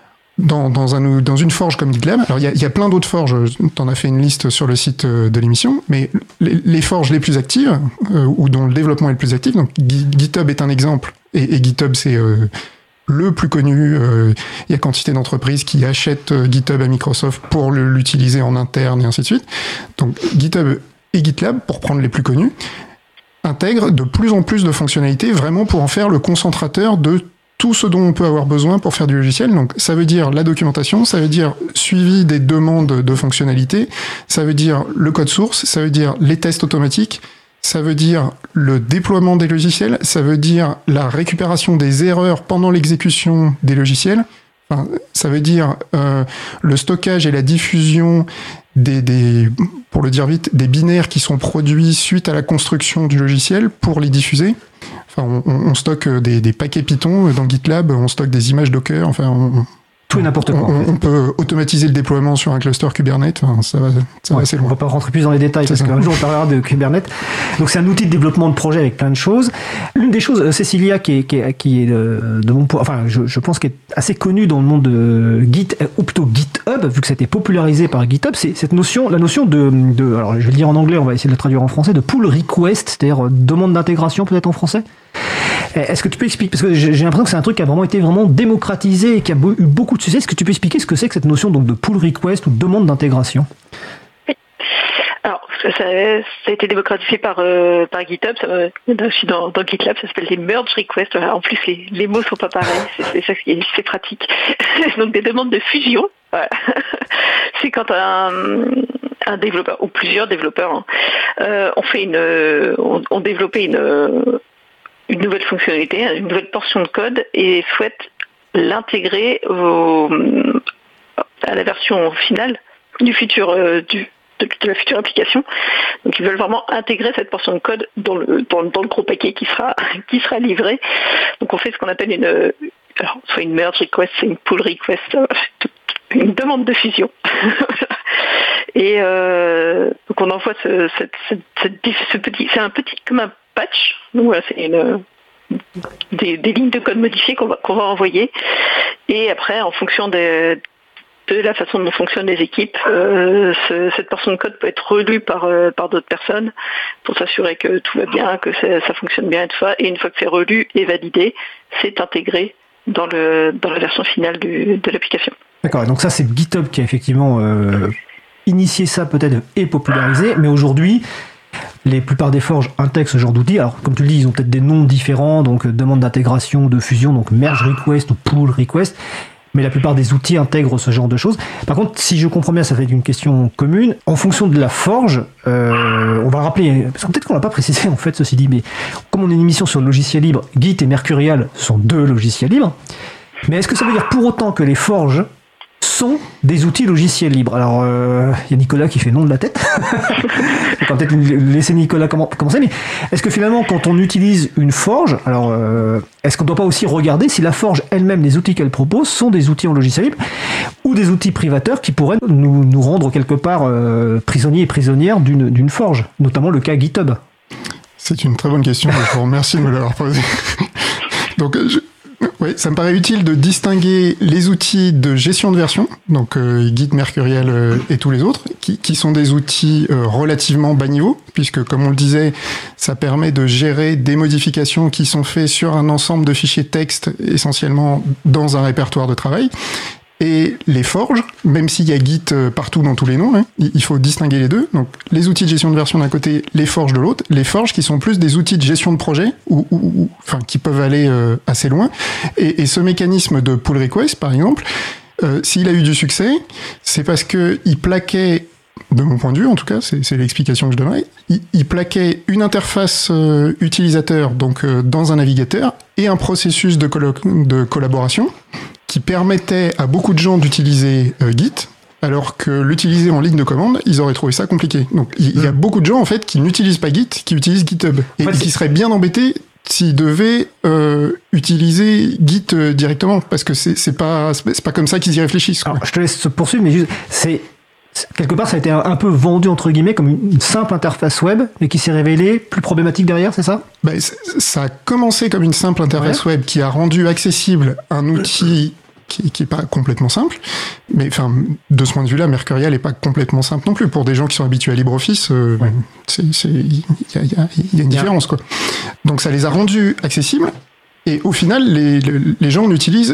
Speaker 3: Dans, dans, un, dans une forge comme GitLab, alors il y a, y a plein d'autres forges, t'en as fait une liste sur le site de l'émission, mais les, les forges les plus actives, euh, ou dont le développement est le plus actif, donc GitHub est un exemple, et, et GitHub c'est euh, le plus connu, il euh, y a quantité d'entreprises qui achètent GitHub à Microsoft pour le, l'utiliser en interne et ainsi de suite. Donc GitHub et GitLab, pour prendre les plus connus, intègrent de plus en plus de fonctionnalités vraiment pour en faire le concentrateur de tout ce dont on peut avoir besoin pour faire du logiciel. Donc, ça veut dire la documentation, ça veut dire suivi des demandes de fonctionnalités, ça veut dire le code source, ça veut dire les tests automatiques, ça veut dire le déploiement des logiciels, ça veut dire la récupération des erreurs pendant l'exécution des logiciels, enfin, ça veut dire euh, le stockage et la diffusion des, des, pour le dire vite, des binaires qui sont produits suite à la construction du logiciel pour les diffuser. Enfin, on, on stocke des, des paquets Python dans GitLab, on stocke des images Docker, enfin, on,
Speaker 1: tout et n'importe quoi.
Speaker 3: On,
Speaker 1: en fait.
Speaker 3: on peut automatiser le déploiement sur un cluster Kubernetes, enfin, ça va, ça
Speaker 1: ouais,
Speaker 3: va assez loin.
Speaker 1: On va pas rentrer plus dans les détails c'est parce qu'un jour on parlera de Kubernetes. Donc c'est un outil de développement de projet avec plein de choses. L'une des choses, Cécilia, qui est, qui est, qui est de, de mon point, enfin, je, je pense qu'elle est assez connue dans le monde de Git, ou plutôt GitHub, vu que ça a été popularisé par GitHub, c'est cette notion, la notion de, de, alors je vais le dire en anglais, on va essayer de le traduire en français, de pull request, c'est-à-dire demande d'intégration peut-être en français. Est-ce que tu peux expliquer, parce que j'ai l'impression que c'est un truc qui a vraiment été vraiment démocratisé et qui a eu beaucoup de succès, est-ce que tu peux expliquer ce que c'est que cette notion donc de pull request ou de demande d'intégration?
Speaker 2: Oui. Alors, ça, ça a été démocratisé par, euh, par GitHub, ça, je suis dans, dans GitLab, ça s'appelle des merge requests, en plus les, les mots sont pas pareils, c'est, c'est ça qui est, c'est pratique. Donc des demandes de fusion, voilà. C'est quand un, un développeur ou plusieurs développeurs hein, euh, ont fait une, ont, ont développé une, une nouvelle fonctionnalité, une nouvelle portion de code et souhaitent l'intégrer au, à la version finale du futur euh, du, de, de la future application. Donc ils veulent vraiment intégrer cette portion de code dans le dans, dans le gros paquet qui sera qui sera livré. Donc on fait ce qu'on appelle une alors, soit une merge request, soit une pull request, une demande de fusion. Et euh, donc on envoie ce, cette, cette, cette, ce petit, c'est un petit comme un patch. Donc voilà, c'est une des, des lignes de code modifiées qu'on va qu'on va envoyer. Et après, en fonction des de la façon dont fonctionnent les équipes, euh, ce, cette portion de code peut être relue par euh, par d'autres personnes pour s'assurer que tout va bien, que ça, ça fonctionne bien et tout ça. Et une fois que c'est relu et validé, c'est intégré dans le dans la version finale du, de l'application.
Speaker 1: D'accord. Donc ça, c'est GitHub qui a effectivement euh, initié ça peut-être et popularisé, mais aujourd'hui, les plupart des forges intègrent ce genre d'outils. Alors, comme tu le dis, ils ont peut-être des noms différents, donc demande d'intégration, de fusion, donc merge request ou pull request. Mais la plupart des outils intègrent ce genre de choses. Par contre, si je comprends bien, ça fait une question commune. En fonction de la forge, euh, on va rappeler, parce que peut-être qu'on l'a pas précisé en fait, ceci dit, mais comme on est une émission sur le logiciel libre, Git et Mercurial sont deux logiciels libres. Mais est-ce que ça veut dire pour autant que les forges sont des outils logiciels libres? Alors, il euh, y a Nicolas qui fait non de la tête. On va peut-être laisser Nicolas commencer, mais est-ce que finalement, quand on utilise une forge, alors euh, est-ce qu'on ne doit pas aussi regarder si la forge elle-même, les outils qu'elle propose, sont des outils en logiciel libre ou des outils privateurs qui pourraient nous, nous rendre quelque part euh, prisonniers et prisonnières d'une, d'une forge, notamment le cas GitHub?
Speaker 3: C'est une très bonne question, je vous remercie de me l'avoir posée. Donc, je... Oui, ça me paraît utile de distinguer les outils de gestion de version, donc euh, Git, Mercurial euh, et tous les autres, qui, qui sont des outils euh, relativement bas niveau, puisque comme on le disait, ça permet de gérer des modifications qui sont faites sur un ensemble de fichiers texte, essentiellement dans un répertoire de travail. Et les forges, même s'il y a Git partout dans tous les noms, hein, il faut distinguer les deux. Donc, les outils de gestion de version d'un côté, les forges de l'autre. Les forges qui sont plus des outils de gestion de projet, ou, ou, ou enfin, qui peuvent aller euh, assez loin. Et, et ce mécanisme de pull request, par exemple, euh, s'il a eu du succès, c'est parce que il plaquait, de mon point de vue en tout cas, c'est, c'est l'explication que je donnerais, il, il plaquait une interface euh, utilisateur, donc euh, dans un navigateur, et un processus de, collo- de collaboration qui permettait à beaucoup de gens d'utiliser euh, Git, alors que l'utiliser en ligne de commande, ils auraient trouvé ça compliqué. Donc il y, y a beaucoup de gens en fait qui n'utilisent pas Git, qui utilisent GitHub, et en fait, qui seraient bien embêtés s'ils devaient euh, utiliser Git euh, directement, parce que c'est, c'est pas c'est pas comme ça qu'ils y réfléchissent. Quoi.
Speaker 1: Alors, je te laisse poursuivre, mais juste, c'est quelque part ça a été un, un peu vendu entre guillemets comme une simple interface web, mais qui s'est révélée plus problématique derrière, c'est ça?
Speaker 3: Ben, ça a commencé comme une simple interface ouais. web qui a rendu accessible un outil qui, qui est pas complètement simple, mais enfin de ce point de vue-là, Mercurial est pas complètement simple non plus pour des gens qui sont habitués à LibreOffice. Euh, ouais. C'est, c'est, il y a, y a, y a une différence quoi. Donc ça les a rendus accessibles et au final les les gens n'utilisent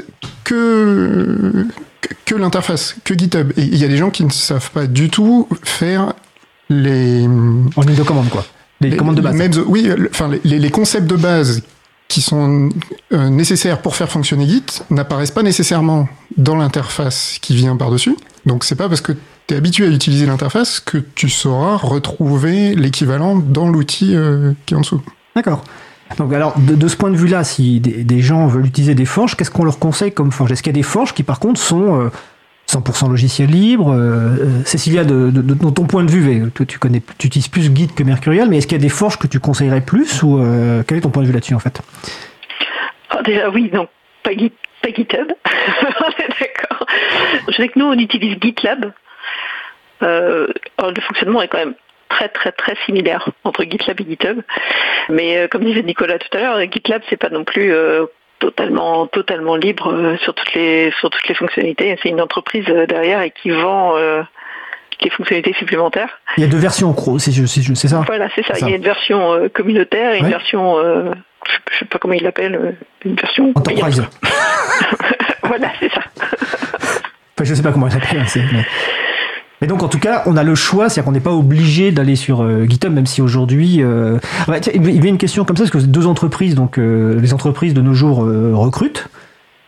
Speaker 3: que que l'interface, que GitHub. Et il y a des gens qui ne savent pas du tout faire les
Speaker 1: en ligne de commande quoi. Les, les commandes de base.
Speaker 3: Mêmes, oui, enfin les, les concepts de base qui sont euh, nécessaires pour faire fonctionner Git n'apparaissent pas nécessairement dans l'interface qui vient par-dessus. Donc c'est pas parce que tu es habitué à utiliser l'interface que tu sauras retrouver l'équivalent dans l'outil euh, qui est en dessous.
Speaker 1: D'accord. Donc alors, de, de ce point de vue-là, si des, des gens veulent utiliser des forges, qu'est-ce qu'on leur conseille comme forge? Est-ce qu'il y a des forges qui par contre sont euh, cent pour cent logiciel libre? euh, Cécilia, de, de, de, de ton point de vue, toi tu connais, tu utilises plus Git que Mercurial, mais est-ce qu'il y a des forges que tu conseillerais plus ou euh, quel est ton point de vue là-dessus en fait?
Speaker 2: Oh, déjà oui, non, pas, Git, pas GitHub. D'accord. Je sais que nous on utilise GitLab. Euh, alors, le fonctionnement est quand même très très très similaire entre GitLab et GitHub. Mais euh, comme disait Nicolas tout à l'heure, GitLab c'est pas non plus euh, totalement totalement libre euh, sur toutes les sur toutes les fonctionnalités. C'est une entreprise euh, derrière et qui vend euh, les fonctionnalités supplémentaires.
Speaker 1: Il y a deux versions en gros, c'est, c'est, c'est ça?
Speaker 2: Voilà, c'est ça.
Speaker 1: C'est ça.
Speaker 2: Il y a une version euh, communautaire et une
Speaker 1: ouais.
Speaker 2: version, euh, je sais pas comment ils l'appellent, euh, une version
Speaker 1: Enterprise.
Speaker 2: Voilà, c'est ça.
Speaker 1: Enfin, je sais pas comment ils l'appellent. C'est, mais... Mais donc en tout cas, on a le choix, c'est-à-dire qu'on n'est pas obligé d'aller sur euh, GitHub, même si aujourd'hui... Euh... Ouais, tiens, il y avait une question comme ça, parce que deux entreprises, donc euh, les entreprises de nos jours euh, recrutent,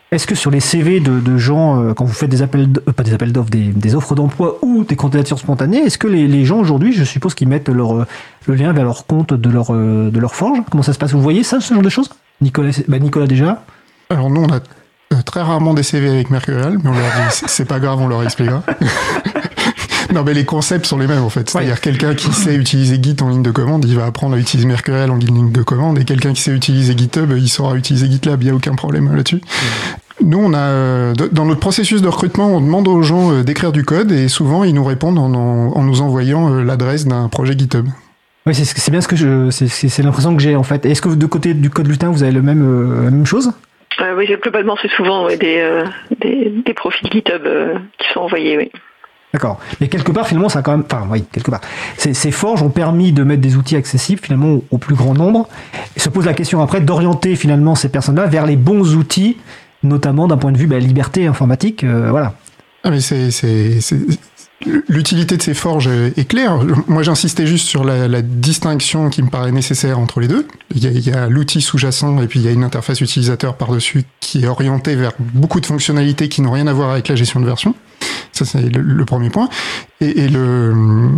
Speaker 1: Est-ce que sur les C V de, de gens, euh, quand vous faites des appels, euh, pas des appels d'offres, des, des offres d'emploi ou des candidatures spontanées, est-ce que les, les gens aujourd'hui, je suppose qu'ils mettent leur, euh, le lien vers leur compte de leur, euh, de leur forge? Comment ça se passe? Vous voyez ça, ce genre de choses? Nicolas, bah Nicolas déjà.
Speaker 3: Alors nous, on a euh, très rarement des C V avec Mercurial, mais on leur dit c'est, c'est pas grave, on leur expliquera. Non, mais les concepts sont les mêmes en fait. C'est-à-dire ouais. quelqu'un qui sait utiliser Git en ligne de commande, il va apprendre à utiliser Mercurial en ligne de commande, et quelqu'un qui sait utiliser GitHub, il saura utiliser GitLab. Il n'y a aucun problème là-dessus. Ouais. Nous, on a dans notre processus de recrutement, on demande aux gens d'écrire du code, et souvent ils nous répondent en, en, en nous envoyant l'adresse d'un projet GitHub.
Speaker 1: Oui, c'est, c'est bien ce que je, c'est, c'est, c'est l'impression que j'ai en fait. Est-ce que de côté du code lutin, vous avez le même, euh, la même chose?
Speaker 2: euh, Oui, globalement, c'est souvent ouais, des, euh, des, des profils GitHub euh, qui sont envoyés, oui.
Speaker 1: D'accord. Mais quelque part, finalement, ça a quand même... Enfin, oui, quelque part. Ces, ces forges ont permis de mettre des outils accessibles, finalement, au, au plus grand nombre. Et se pose la question, après, d'orienter, finalement, ces personnes-là vers les bons outils, notamment d'un point de vue bah, liberté informatique. Euh, voilà.
Speaker 3: Ah, mais c'est... c'est, c'est... L'utilité de ces forges est claire. Moi, j'insistais juste sur la, la distinction qui me paraît nécessaire entre les deux. Il y, a, il y a l'outil sous-jacent et puis il y a une interface utilisateur par-dessus qui est orientée vers beaucoup de fonctionnalités qui n'ont rien à voir avec la gestion de version. Ça, c'est le, le premier point. Et, et le,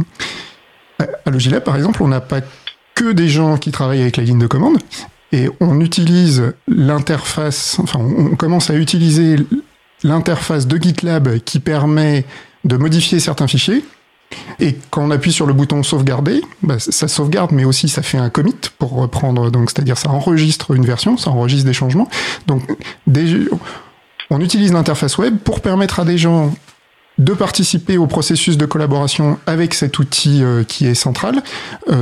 Speaker 3: à Logilab, par exemple, on n'a pas que des gens qui travaillent avec la ligne de commande et on utilise l'interface, enfin, on commence à utiliser l'interface de GitLab qui permet de modifier certains fichiers, et quand on appuie sur le bouton sauvegarder, bah, ça sauvegarde, mais aussi ça fait un commit pour reprendre, donc c'est-à-dire ça enregistre une version, ça enregistre des changements. Donc des, on utilise l'interface web pour permettre à des gens de participer au processus de collaboration avec cet outil euh, qui est central, euh,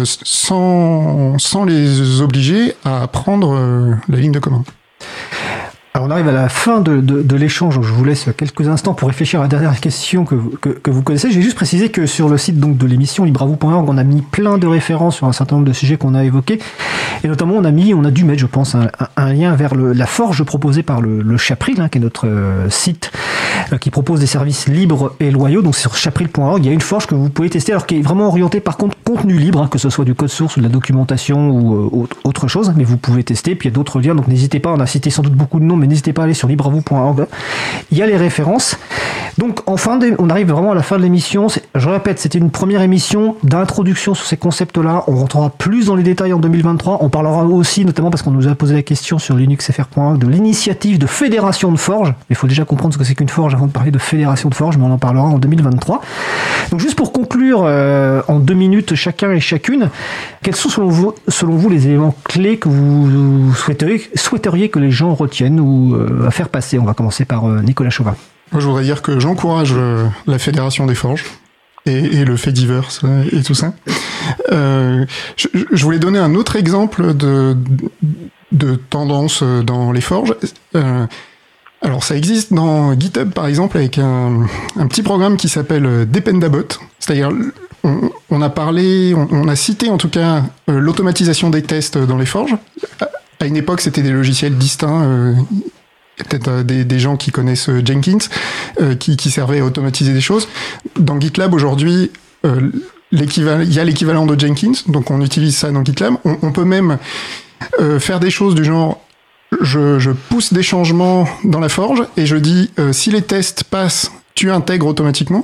Speaker 3: sans, sans les obliger à prendre euh, la ligne de commande.
Speaker 1: Alors on arrive à la fin de, de, de l'échange, je vous laisse quelques instants pour réfléchir à la dernière question que, que, que vous connaissez. J'ai juste précisé que sur le site donc, de l'émission libravou point org, on a mis plein de références sur un certain nombre de sujets qu'on a évoqués. Et notamment, on a mis, on a dû mettre, je pense, un, un lien vers le, la forge proposée par le, le Chapril, hein, qui est notre euh, site euh, qui propose des services libres et loyaux. Donc sur chapril point org, il y a une forge que vous pouvez tester, alors qui est vraiment orientée par contre contenu libre, hein, que ce soit du code source ou de la documentation ou euh, autre chose. Mais vous pouvez tester. Puis il y a d'autres liens, donc n'hésitez pas. On a cité sans doute beaucoup de noms, mais n'hésitez pas à aller sur libravou point org. Il y a les références. Donc, en fin de, on arrive vraiment à la fin de l'émission. C'est, je répète, c'était une première émission d'introduction sur ces concepts-là. On rentrera plus dans les détails en deux mille vingt-trois. On parlera aussi, notamment parce qu'on nous a posé la question sur linux f r point org, de l'initiative de fédération de forge. Il faut déjà comprendre ce que c'est qu'une forge avant de parler de fédération de forge, mais on en parlera en deux mille vingt-trois. Donc, juste pour conclure, euh, en deux minutes chacun et chacune, quels sont selon vous, selon vous les éléments clés que vous souhaiteriez, souhaiteriez que les gens retiennent ou euh, à faire passer? On va commencer par euh, Nicolas Chauvin.
Speaker 3: Moi, je voudrais dire que j'encourage euh, la Fédération des Forges et, et le Fediverse et tout ça. Euh, je, je voulais donner un autre exemple de, de tendance dans les forges. Euh, alors, ça existe dans GitHub, par exemple, avec un, un petit programme qui s'appelle Dependabot. C'est-à-dire, on, on a parlé, on, on a cité en tout cas euh, l'automatisation des tests dans les forges. À une époque, c'était des logiciels distincts. Euh, Il y a peut-être des, des gens qui connaissent Jenkins, euh, qui, qui servaient à automatiser des choses. Dans GitLab, aujourd'hui, euh, l'équivalent, il y a l'équivalent de Jenkins, donc on utilise ça dans GitLab. On, on peut même euh, faire des choses du genre, je, je pousse des changements dans la forge, et je dis, euh, si les tests passent, tu intègres automatiquement.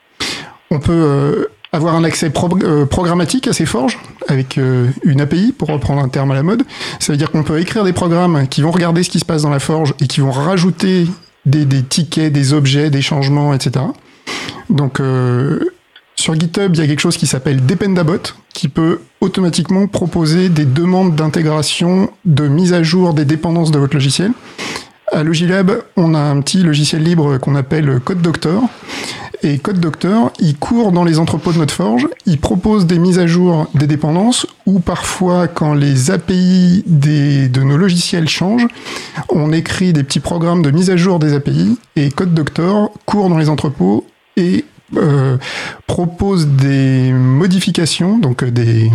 Speaker 3: On peut euh, avoir un accès pro- euh, programmatique à ces forges, avec euh, une A P I, pour reprendre un terme à la mode. Ça veut dire qu'on peut écrire des programmes qui vont regarder ce qui se passe dans la forge et qui vont rajouter des, des tickets, des objets, des changements, et cetera. Donc, euh, sur GitHub, il y a quelque chose qui s'appelle Dependabot, qui peut automatiquement proposer des demandes d'intégration, de mise à jour des dépendances de votre logiciel. À Logilab, on a un petit logiciel libre qu'on appelle Code Doctor. Et Code Doctor, il court dans les entrepôts de notre forge, il propose des mises à jour des dépendances, ou parfois, quand les A P I des, de nos logiciels changent, on écrit des petits programmes de mise à jour des A P I, et Code Doctor court dans les entrepôts et euh, propose des modifications, donc des...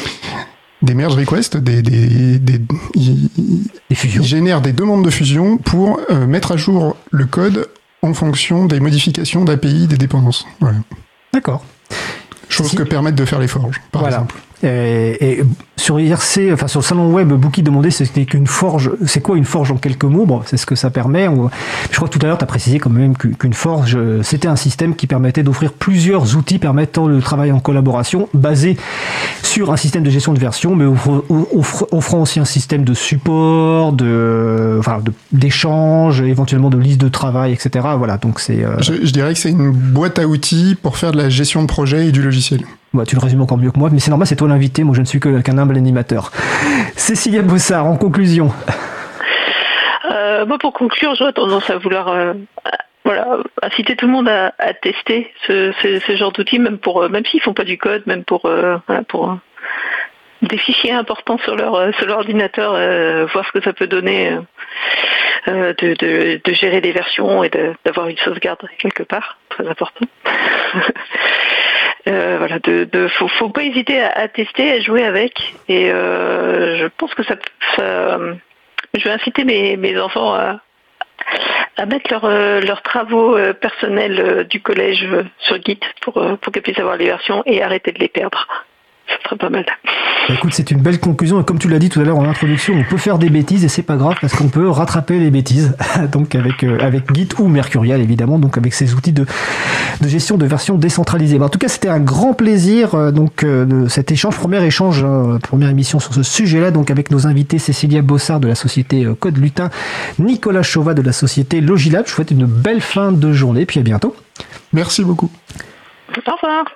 Speaker 3: des merge requests, des, des, des, il,
Speaker 1: des fusions.
Speaker 3: Il génère des demandes de fusion pour euh, mettre à jour le code en fonction des modifications d'A P I, des dépendances. Voilà.
Speaker 1: D'accord.
Speaker 3: Chose
Speaker 1: si.
Speaker 3: que permettent de faire les forges, par
Speaker 1: voilà.
Speaker 3: exemple.
Speaker 1: Et, et sur I R C, enfin sur le salon web, Bookie demandait c'était qu'une forge. C'est quoi une forge en quelques mots? Bon, c'est ce que ça permet. On, je crois que tout à l'heure, tu as précisé quand même qu'une forge, c'était un système qui permettait d'offrir plusieurs outils permettant le travail en collaboration, basé sur un système de gestion de version, mais offre, offre, offrant aussi un système de support, de, enfin, de, d'échange, éventuellement de liste de travail, et cetera. Voilà, donc c'est. Euh...
Speaker 3: Je, je dirais que c'est une boîte à outils pour faire de la gestion de projet et du logiciel.
Speaker 1: Bah, tu le résumes encore mieux que moi, mais c'est normal, c'est toi l'invité, moi je ne suis que, qu'un humble animateur. Cécilia Bossard, en conclusion.
Speaker 2: Euh, moi, pour conclure, j'aurais tendance à vouloir euh, voilà, inciter tout le monde à, à tester ce, ce, ce genre d'outils, même pour, même s'ils font pas du code, même pour, euh, voilà, pour euh, des fichiers importants sur leur, sur leur ordinateur, euh, voir ce que ça peut donner, euh, de, de, de gérer des versions et de, d'avoir une sauvegarde quelque part, très important. Euh, voilà, de, de faut, faut pas hésiter à, à tester, à jouer avec, et euh, je pense que ça, ça euh, je vais inciter mes, mes enfants à, à mettre leurs euh, leurs travaux euh, personnels euh, du collège euh, sur Git pour euh, pour qu'ils puissent avoir les versions et arrêter de les perdre. Ça serait pas mal.
Speaker 1: Bah écoute, c'est une belle conclusion. Et comme tu l'as dit tout à l'heure en introduction, on peut faire des bêtises et c'est pas grave parce qu'on peut rattraper les bêtises. Donc avec euh, avec Git ou Mercurial évidemment. Donc avec ces outils de de gestion de version décentralisée. Bah, en tout cas, c'était un grand plaisir euh, donc euh, de cet échange, premier échange, euh, première émission sur ce sujet-là. Donc avec nos invités Cécilia Bossard de la société euh, Code Lutin, Nicolas Chauvat de la société Logilab. Je vous souhaite une belle fin de journée. Puis à bientôt.
Speaker 3: Merci beaucoup.
Speaker 2: Au revoir.